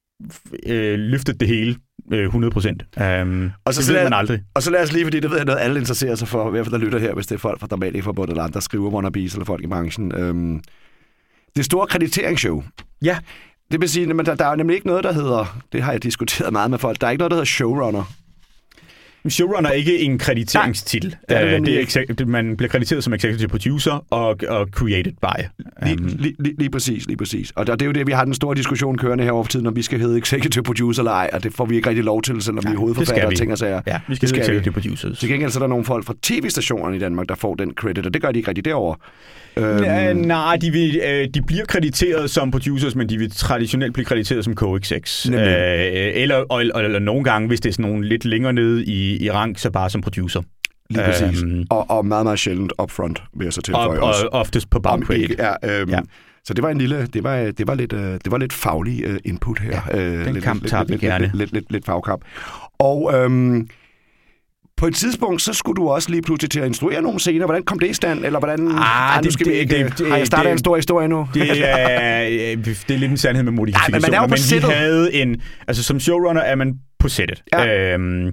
øh, løftet det hele hundrede procent. Um, og så det ved man aldrig. Og så lad os lige, fordi det ved jeg noget, alle interesserer sig for, i hvert fald der lytter her, hvis det er folk fra Dramatikforbundet eller andre, skriver wannabes eller folk i branchen. Um, det store krediteringsshow. Ja. Det vil sige, at der, der er nemlig ikke noget, der hedder, det har jeg diskuteret meget med folk, der er ikke noget, der hedder showrunner. Showrunner er ikke en krediteringstitel. Det er det, det er exec- man bliver krediteret som executive producer og, og created by. Lige, lige, lige, lige præcis, lige præcis. Og der, det er jo det, vi har den store diskussion kørende her over for tiden, om vi skal hedde executive producer eller ej, og det får vi ikke rigtig lov til, selvom ja, vi er hovedforfatter og ting og sager. Ja, vi skal hedde executive producers. Til gengæld så er der nogle folk fra tv-stationerne i Danmark, der får den credit, og det gør de ikke rigtig derovre. Øhm... Nej, de, vil, øh, de bliver krediteret som producers, men de vil traditionelt blive krediteret som co-execs. Øh, eller, og, eller, eller nogle gange, hvis det er sådan nogle lidt længere nede i, i rang, så bare som producer. Lige præcis. Øhm, og, og meget, meget sjældent upfront, vil jeg så tilføje også. Og oftest på bagcredit. Ja, øhm, ja. Så det var en lille, det var, det var lidt, det var lidt faglig uh, input her. Ja, den lidt, kamp tager vi gerne. Lidt, lidt, lidt, lidt fagkamp. Og øhm, på et tidspunkt, så skulle du også lige pludselig til at instruere nogle scener. Hvordan kom det i stand? Eller hvordan... Ah, ah, det, det, ikke, det, det, har jeg startet det, en stor historie nu? Det er, det er lidt en sandhed med modifikationer. Ja, men man er jo på men sættet. Vi havde en... Altså, som showrunner er man på sættet. Ja. Øhm,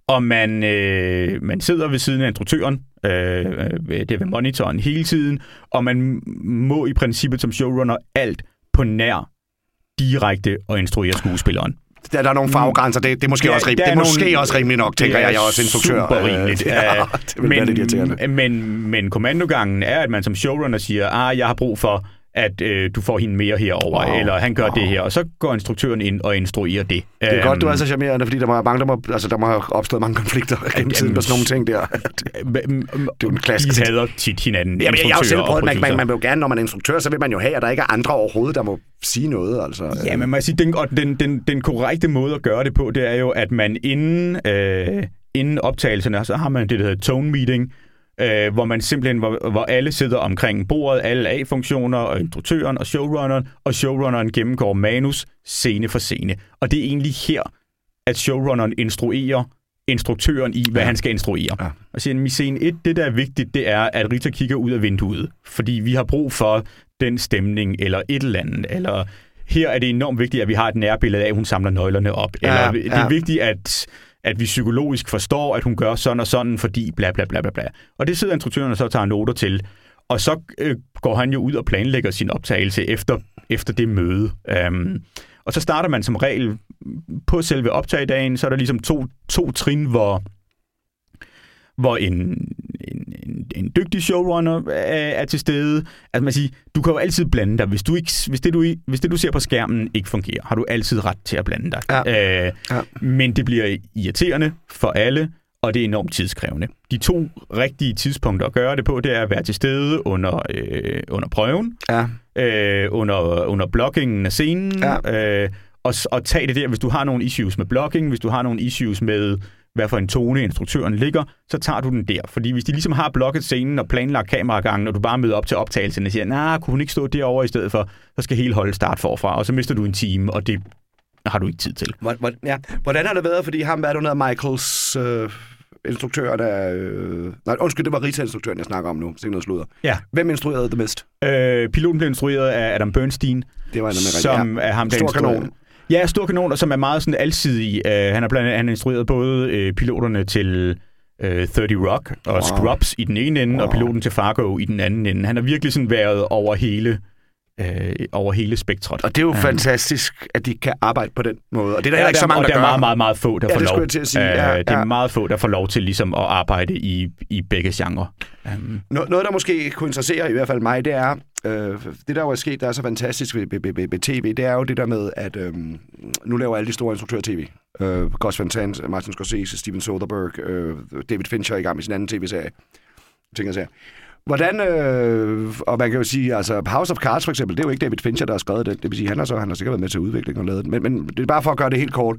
og man, øh, man sidder ved siden af instruktøren, øh, det er ved monitoren hele tiden, og man må i princippet som showrunner alt på nær direkte og instruere skuespilleren. Der, der er nogle farvegrænser, det, det er måske, ja, også, rim, det er måske nogle, også rimeligt nok, tænker jeg, jeg er også instruktør. Super rimeligt. Ja, det vil men, være det men, men kommandogangen er, at man som showrunner siger, ah, jeg har brug for, at øh, du får hende mere herover, wow. eller han gør wow. det her, og så går instruktøren ind og instruerer det. Det er um, godt, du er så charmerende, fordi der må, mange, der, må, altså, der må have opstået mange konflikter gennem tiden, og sådan nogle ting der. Det er en klassisk. De hader tit hinanden. Jamen, jeg har jo selv prøvet, man, man, man vil jo gerne, når man er instruktør, så vil man jo have, at der ikke er andre overhovedet, der må sige noget. Altså. Ja, men man sige, den, og den, den, den korrekte måde at gøre det på, det er jo, at man inden, øh, inden optagelserne, så har man det, der hedder tone meeting, Øh, hvor man simpelthen, hvor, hvor alle sidder omkring bordet, alle A-funktioner, og instruktøren og showrunneren, og showrunneren gennemgår manus scene for scene. Og det er egentlig her, at showrunneren instruerer instruktøren i, hvad ja. han skal instruere. Ja. Og siger, i scene et, det der er vigtigt, det er, at Rita kigger ud af vinduet, fordi vi har brug for den stemning, eller et eller andet, eller her er det enormt vigtigt, at vi har et nærbillede af, at hun samler nøglerne op. Eller ja, det er ja. vigtigt, at at vi psykologisk forstår, at hun gør sådan og sådan, fordi bla bla bla bla bla. Og det sidder instruktøren og så tager noter til. Og så øh, går han jo ud og planlægger sin optagelse efter, efter det møde. Um, og så starter man som regel på selve optagedagen, så er der ligesom to, to trin, hvor, hvor en, en, en, en dygtig showrunner er, er til stede. Altså man siger, du kan jo altid blande dig. Hvis, du ikke, hvis, det, du, hvis det, du ser på skærmen, ikke fungerer, har du altid ret til at blande dig. Ja. Øh, ja. Men det bliver irriterende for alle, og det er enormt tidskrævende. De to rigtige tidspunkter at gøre det på, det er at være til stede under, øh, under prøven, ja. øh, under, under blockingen af scenen, ja. øh, og, og tage det der, hvis du har nogle issues med blocking, hvis du har nogle issues med hvad for en tone instruktøren ligger, så tager du den der. Fordi hvis de ligesom har blokket scenen og planlagt kameragangen, og du bare møder op til optagelsen og siger, nej, kunne hun ikke stå derovre i stedet for, så skal hele holdet starte forfra, og så mister du en time, og det har du ikke tid til. Hvordan, ja. Hvordan har det været, fordi ham, hvad er du noget, Michaels øh, instruktør, der... Øh, nej, undskyld, det var Rita-instruktøren, jeg snakker om nu, så ikke noget sludder. Ja. Hvem instruerede The Mist? Øh, piloten blev instrueret af Adam Bernstein, det var en som ja. er ham, der Stor kanon. Ja, stor kanon, og som er meget sådan alsidig. Uh, han har blandt andet han instrueret både uh, piloterne til uh, thirty Rock og wow. Scrubs i den ene ende, wow. og piloten til Fargo i den anden ende. Han har virkelig sådan været over hele, uh, over hele spektret. Og det er jo um, fantastisk, at de kan arbejde på den måde. Og det er der ja, ikke så mange, der, der gør. Og der er meget, meget, meget få, der ja, får det lov. Jeg til at sige. Ja, uh, det er ja. meget få, der får lov til ligesom at arbejde i, i begge genrer. Um, Noget, der måske kunne interessere i hvert fald mig, det er, øh, det der jo er sket, der er så fantastisk ved, ved, ved, ved tv, det er jo det der med, at øh, nu laver alle de store instruktører-tv. Øh, Gus Van Sant, Martin Scorsese, Steven Soderbergh, øh, David Fincher i gang med sin anden tv-serie. Tænker jeg Hvordan, øh, og man kan jo sige, altså House of Cards for eksempel, det er jo ikke David Fincher, der har skrevet det. Det vil sige, han har så han har sikkert været med til udvikling og lavet det. Men, men det er bare for at gøre det helt kort.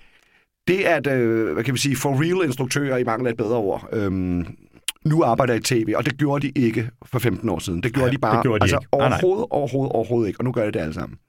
Det at, øh, hvad kan vi sige, for real instruktører i mangel af et bedre ord, øh, nu arbejder i tv, og det gjorde de ikke for femten år siden. Det gjorde ja, de bare det gjorde de altså, ikke. overhovedet, nej, nej. overhovedet, overhovedet ikke, og nu gør de det alle sammen.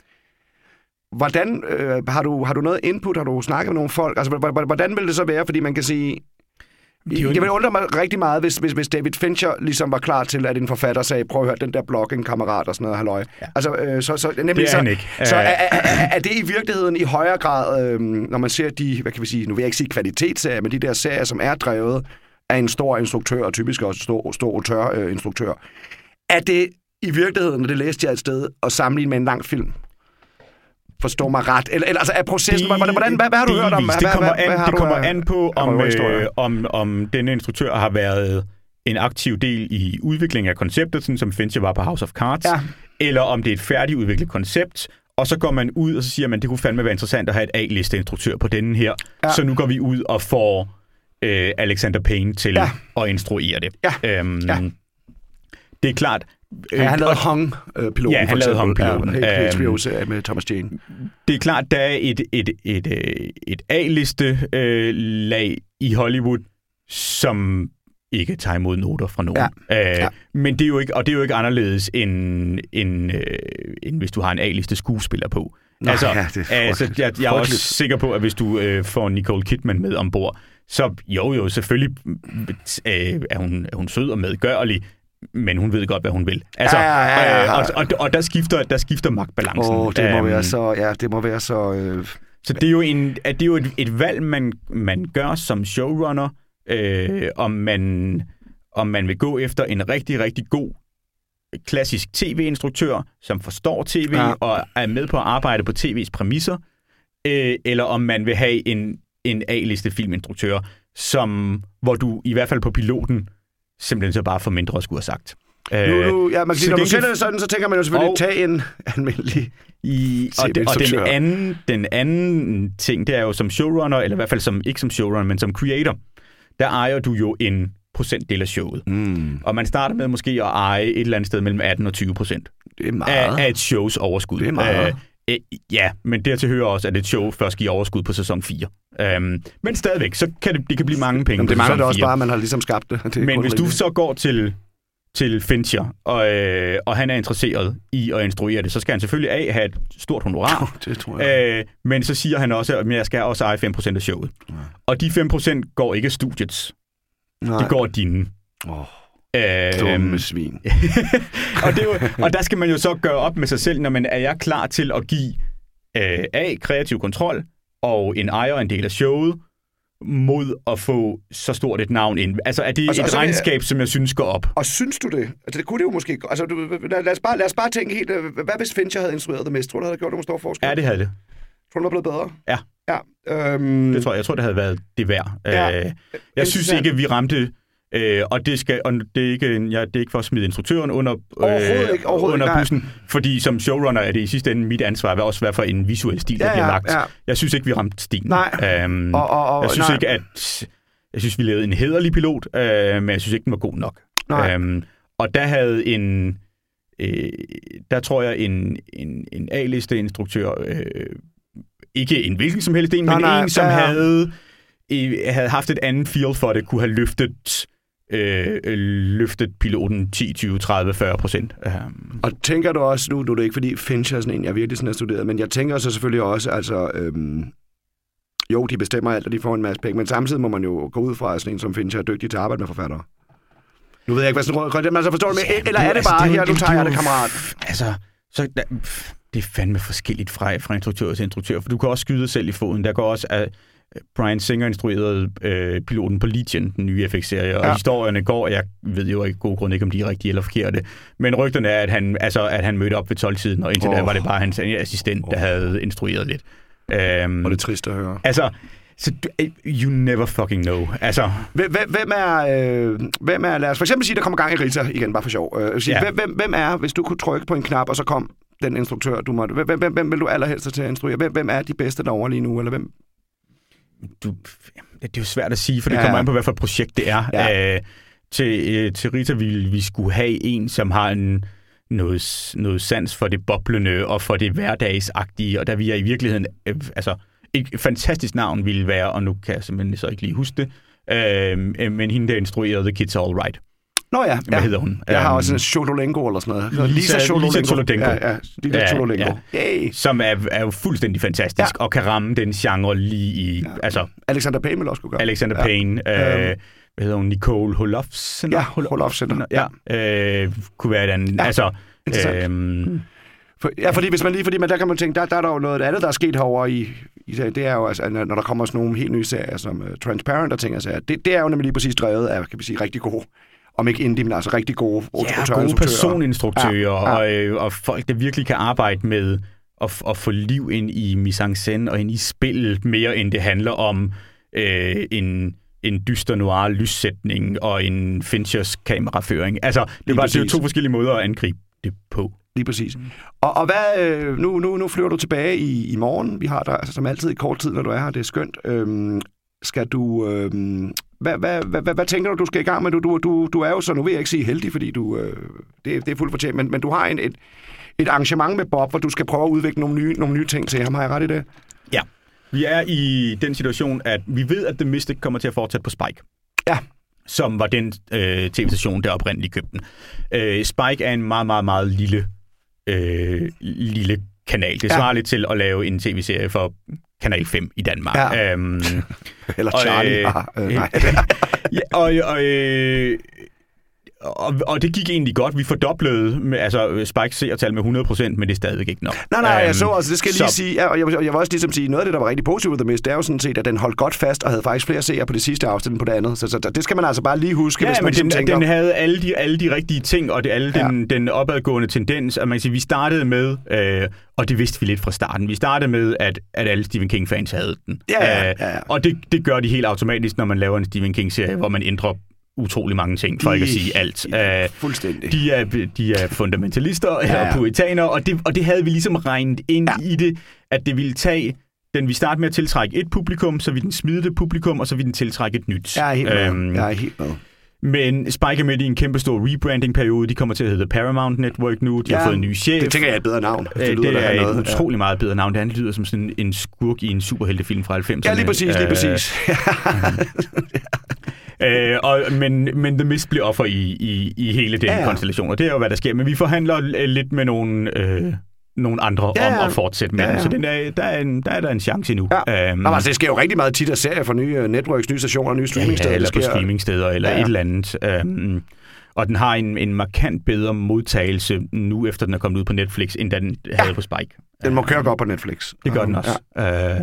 Hvordan, øh, har, du, har du noget input? Har du snakket med nogle folk? Altså, hvordan vil det så være? Fordi man kan sige... Jeg vil undre mig rigtig meget, hvis, hvis, hvis David Fincher ligesom var klar til, at en forfatter sagde, prøv at høre, den der blogging-kammerat og sådan noget, halløj. Ja. Altså, øh, så, så, nemlig, det er han så, ikke. Så er, er, er det i virkeligheden i højere grad, øh, når man ser de, hvad kan vi sige, nu vil jeg ikke sige kvalitetsserier, men de der serier, som er drevet af en stor instruktør, og typisk også stor, stor autør-instruktør, er det i virkeligheden, når det læste jeg et sted, at sammenligne med en lang film? Forstår mig ret? Eller, eller altså er processen... De, hvordan, hvordan, hvad, hvad har du hørt om? Hvad, det kommer, hvad, an, hvad det kommer du, an på, om, øh, om, om denne instruktør har været en aktiv del i udvikling af konceptet, sådan som Fincher var på House of Cards, ja. Eller om det er et færdigudviklet koncept, og så går man ud, og så siger man, det kunne fandme være interessant at have et A-liste-instruktør på denne her, ja. Så nu går vi ud og får øh, Alexander Payne til ja. At instruere det. Ja. Øhm, ja. Det er klart... Ja, han lavede Hung-piloten. Ja, han lavede Hung-piloten. Ja, H B O med Thomas Jane. Det er klart, der er et, et, et, et, et A-liste-lag i Hollywood, som ikke tager imod noter fra nogen. Ja. Øh, ja. Men det er jo ikke, og det er jo ikke anderledes, end, end, øh, end hvis du har en A-liste skuespiller på. Nå, altså, ja, det er altså, jeg, jeg er også sikker på, at hvis du øh, får Nicole Kidman med ombord, så jo jo, selvfølgelig øh, er, hun, er hun sød og medgørlig, men hun ved godt, hvad hun vil. Altså, ja, ja, ja, ja. Øh, og, og, og der skifter, der skifter magtbalancen. Åh, oh, det må um, være så, ja, det må være så... Øh... Så det er jo, en, det er jo et, et valg, man, man gør som showrunner, øh, om, man, om man vil gå efter en rigtig, rigtig god klassisk tv-instruktør, som forstår tv ja. og er med på at arbejde på tv's præmisser, øh, eller om man vil have en, en A-liste filminstruktør, som, hvor du i hvert fald på piloten simpelthen så bare for mindre at skulle have sagt. Nu, nu, ja, man kan sige, når du sender det sådan, så tænker man jo selvfølgelig, og, tage en almindelig i, og, de, og den, anden, den anden ting, det er jo som showrunner, eller i hvert fald som, ikke som showrunner, men som creator, der ejer du jo en procentdel af showet. Mm. Og man starter med måske at eje et eller andet sted mellem atten og tyve procent af, af et shows overskud. Det er meget. Uh, ja, men dertil hører også, at et show først giver overskud på sæson fire. Um, men stadigvæk, så kan det, det kan blive mange penge. Jamen, det mangler det også bare, at man har ligesom skabt det. det men hvis du så går til... til Fincher, og, øh, og han er interesseret i at instruere det, så skal han selvfølgelig af have et stort honorar. Det tror jeg. Øh, men så siger han også, at jeg skal også eje fem procent af showet. Ja. Og de fem procent går ikke studiets. Nej. Det går dine. Åh, oh, dumme svin. og, det er jo, og der skal man jo så gøre op med sig selv, når man er jeg klar til at give øh, A, kreativ kontrol, og en ejer en del af showet, mod at få så stort et navn ind. Altså, er det altså, et altså, regnskab, jeg, som jeg synes går op? Og synes du det? Altså, det kunne det jo måske... Altså, du, lad, lad, os bare, lad os bare tænke helt... Hvad hvis Fincher havde instrueret det mest? Tror du, det havde gjort det med stor forskel? Ja, det havde det. Tror du, det var blevet bedre? Ja. ja øhm... Det tror jeg. Jeg tror, det havde været det værd. Ja. Øh, jeg synes ikke, vi ramte... Øh, og det skal og det er ikke ja, det er ikke for at smide instruktøren under overhovedet ikke, overhovedet under bussen, nej. Fordi som showrunner er det i sidste ende mit ansvar at også være for en visuel stil, der ja, bliver lagt. Ja. Jeg synes ikke vi ramte stilen. Nej. Øhm, og, og, og, jeg synes nej. ikke at jeg synes vi lavede en hæderlig pilot, øh, men jeg synes ikke den var god nok. Øhm, og der havde en øh, der tror jeg en en en A-liste instruktør øh, ikke en hvilken som helst en, nej, men nej, en som ja. havde havde haft et andet feel for det, kunne have løftet øh, løftet piloten ti, tyve, tredive, fyrre procent. Um. Og tænker du også, nu, nu er det ikke fordi Fincher er sådan en, jeg virkelig sådan har studeret, men jeg tænker så selvfølgelig også, altså, øhm, jo, de bestemmer alt, og de får en masse penge, men samtidig må man jo gå ud fra, at sådan en som Fincher er dygtig til at arbejde med forfattere. Nu ved jeg ikke, hvad sådan råd, men så forstår du mig, ja, eller er det altså, bare, det, her, du tager jeg det, kammerat? Altså, så, der, det er fandme forskelligt fra, fra instruktør til instruktør, for du kan også skyde dig selv i foden. Der går også... Uh, Bryan Singer instruerede øh, piloten på Legion, den nye F X-serie, og ja. Historierne går, jeg ved jo ikke god grund ikke, om de er rigtige eller forkerte, men rygterne er, at han, altså, at han mødte op ved tolv-tiden, og indtil oh. da var det bare hans assistent, der oh. havde instrueret lidt. Um, og det er trist at høre. Altså, så, you never fucking know. Altså, hvem er, øh, hvem er, lad os for eksempel sige, der kommer gang i Rita igen, bare for sjov. Øh, sige, ja. hvem, hvem er, hvis du kunne trykke på en knap, og så kom den instruktør, du måtte, hvem, hvem, hvem vil du allerhelst til at instruere? Hvem, hvem er de bedste derovre lige nu, eller hvem? Du, det er jo svært at sige, for det ja. kommer an på, hvad for et projekt det er. Ja. Æ, til, øh, til Rita ville vi skulle have en, som har en, noget, noget sans for det boblende og for det hverdagsagtige, og der vi er i virkeligheden, øh, altså et fantastisk navn ville være, og nu kan jeg simpelthen så ikke lige huske det, øh, men hende der instruerede The Kids Are All Right. Nå ja, hvad ja. hedder hun? Jeg har også en Chololenko eller sådan noget. Lisa Chololenko. Ja, ja. Lisa Chololenko. Ja, ja. Som er, er jo fuldstændig fantastisk, ja. Og kan ramme den genre lige i... Ja. Altså, Alexander Payne vil også kunne gøre. Alexander ja. Payne. Øh, hvad hedder hun? Nicole Holofcener? Ja, Holofcener. Ja. ja. Øh, kunne være et andet... Ja. Altså, øhm, For, ja, fordi hvis man lige, fordi man der kan man tænke, der, der er der jo noget andet, der er sket herovre i, i det er jo altså, når der kommer sådan nogle helt nye serier som uh, Transparent og ting, altså, det, det er jo nemlig lige præcis drevet af, kan vi sige, rigtig gode, om ikke indie, men altså rigtig gode ja, gode personinstruktører, ja, ja. Og, og folk, der virkelig kan arbejde med at, at få liv ind i mise-en-scène og ind i spillet, mere end det handler om øh, en, en dyster noir lyssætning og en Finchers kameraføring. Altså, det var jo to forskellige måder at angribe det på. Lige præcis. Mm. Og, og hvad, øh, nu, nu, nu flyver du tilbage i, i morgen. Vi har dig altså, som altid i kort tid, når du er her. Det er skønt. Øhm, skal du... Øhm, hvad, hvad, hvad, hvad, hvad tænker du, du skal i gang med? Du, du, du, du er jo så, nu vil jeg ikke sige heldig, fordi du, øh, det, det er fuldt fortjent, men, men du har en, et, et arrangement med Bob, hvor du skal prøve at udvikle nogle nye, nogle nye ting til ham. Har jeg ret i det? Ja. Vi er i den situation, at vi ved, at The Mystic kommer til at fortsætte på Spike. Ja. Som var den øh, tv-station, der oprindeligt købte den. Øh, Spike er en meget, meget, meget lille, øh, lille kanal. Det svarer ja. lidt til at lave en tv-serie for Kanal fem i Danmark. Ja. Øhm, Eller Charlie. Og, øh, øh, nej. ja, og, og, øh, og, og det gik egentlig godt. Vi fordoblede med, altså Spikes seertal med hundrede procent, men det er stadigvæk ikke nok. Nej, nej, um, jeg så, altså det skal jeg lige så... sige, ja, og jeg, jeg vil også ligesom sige, noget af det, der var rigtig positivt ved The Mist, det er jo sådan set, at den holdt godt fast og havde faktisk flere seere på det sidste afsnit end på det andet. Så, så det skal man altså bare lige huske, ja, hvis man men ligesom den, tænker... den havde alle de, alle de rigtige ting, og det, alle ja. den, den opadgående tendens. Og man kan sige, vi startede med, øh, og det vidste vi lidt fra starten, vi startede med, at, at alle Stephen King-fans havde den. Ja, ja, ja, ja. Øh, og det, det gør de helt automatisk, når man laver en Stephen King-serie, hvor man ændrer utrolig mange ting, for ikke at sige alt. I, uh, fuldstændig. De er, de er fundamentalister ja, ja. og puritanere, og det, og det havde vi ligesom regnet ind ja. i det, at det ville tage... Den vi starter med at tiltrække et publikum, så vi den smide det publikum, og så vi den tiltrække et nyt. Jeg er helt med. Øhm, jeg er helt med. Men Spike er midt i en kæmpe stor rebranding-periode. De kommer til at hedde Paramount Network nu. De ja, har fået en ny chef. Det tænker jeg er et bedre navn. Det, det, det er et noget. utrolig meget bedre navn. Det han lyder som sådan en skurk i en superheltefilm fra halvfemserne. Ja, lige præcis, lige præcis. Øh, og, men, men The Mist bliver offer i, i, i hele den ja, ja. konstellation, og det er jo, hvad der sker. Men vi forhandler lidt med nogle, øh, nogle andre ja, ja. om at fortsætte med ja, ja. den, så den er, der, er en, der er der en chance endnu. Ja. Um, Nå, altså, det sker jo rigtig meget tit af serier for nye networks, nye stationer, nye streamingsteder. Ja, ja, eller på streamingsteder, eller ja, ja. et eller andet. Um, og den har en, en markant bedre modtagelse nu, efter den er kommet ud på Netflix, end den havde ja. på Spike. Den må køre godt på Netflix. Det gør um, den også. Ja. Uh,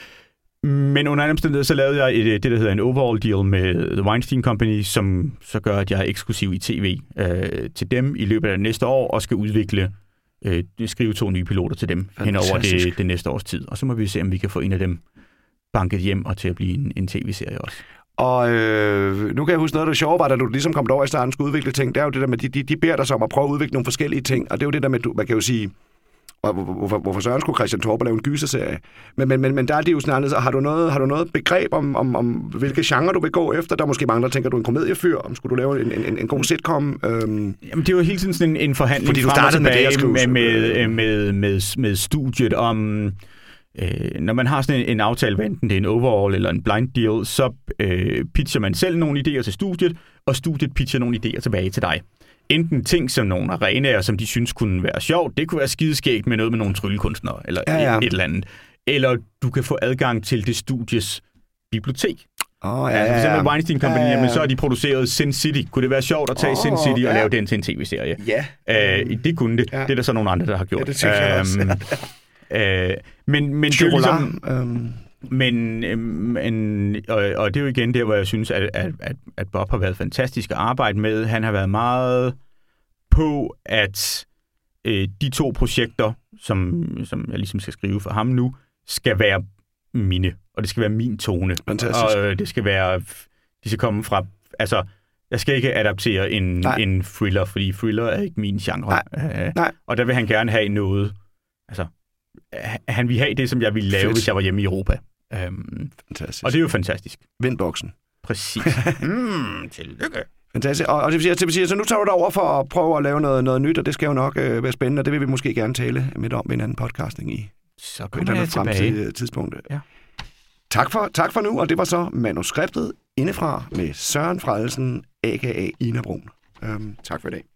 Men under anden omstændighed, så lavede jeg et, det, der hedder en overall deal med The Weinstein Company, som så gør, at jeg er eksklusiv i tv øh, til dem i løbet af næste år, og skal udvikle, øh, skrive to nye piloter til dem hen over det, det næste års tid. Og så må vi se, om vi kan få en af dem banket hjem og til at blive en, en tv-serie også. Og øh, nu kan jeg huske noget af det sjove, var, da du ligesom kom over i starten skulle udvikle ting, det er jo det der med, de, de, de beder dig så om at prøve at udvikle nogle forskellige ting, og det er jo det der med, du, man kan jo sige... Og hvorfor, hvorfor søren skulle Christian Torp lave en gyserserie? Men, men, men, men der er det jo sådan andet. Har du noget, har du noget begreb om, om, om, hvilke genre du vil gå efter? Der er måske mange, der tænker, du er en komediefyr. Om skulle du lave en, en, en god sitcom? Øhm... Jamen, det er jo hele tiden sådan en, en forhandling. Fordi du startede med det, med, med, med, med, med studiet om... Øh, når man har sådan en, en aftale, enten det er en overall eller en blind deal, så øh, pitcher man selv nogle idéer til studiet, og studiet pitcher nogle idéer tilbage til dig. Enten ting som nogle arenaer, som de synes kunne være sjovt. Det kunne være skideskægt med noget med nogle tryllekunstnere, eller ja, ja. Et, et eller andet. Eller du kan få adgang til det studies bibliotek. Oh, ja, ja, for eksempel ja. Weinstein Company, ja, ja. Men så har de produceret Sin City. Kunne det være sjovt at tage oh, Sin City og ja. lave den til en tv-serie? Ja. Uh, det kunne det. Ja. Det er der så nogle andre, der har gjort. Ja, det synes jeg også. uh, men, men det er ligesom... Um... Men, men og, og det er jo igen der, hvor jeg synes, at, at, at Bob har været fantastisk at arbejde med. Han har været meget på, at øh, de to projekter, som, som jeg ligesom skal skrive for ham nu, skal være mine, og det skal være min tone. Fantastisk. Og øh, det skal være, de skal komme fra, altså, jeg skal ikke adaptere en, en thriller, fordi thriller er ikke min genre. Nej. Øh, Nej. Og der vil han gerne have noget, altså, han vil have det, som jeg ville lave, Fedt. hvis jeg var hjemme i Europa. Um, fantastisk. Og det er jo fantastisk. Vindboksen. Præcis. mm, tillykke. Fantastisk. Og, og det vil sige, det vil sige, så nu tager du dig over for at prøve at lave noget, noget nyt, og det skal jo nok øh, være spændende, og det vil vi måske gerne tale midt om i en anden podcasting i. Så kommer jeg tilbage. Tidspunkt. Ja. Tak for, tak for nu, og det var så manuskriptet indefra med Søren Frelsen, a k a. Ina Brun. Um, tak for i dag.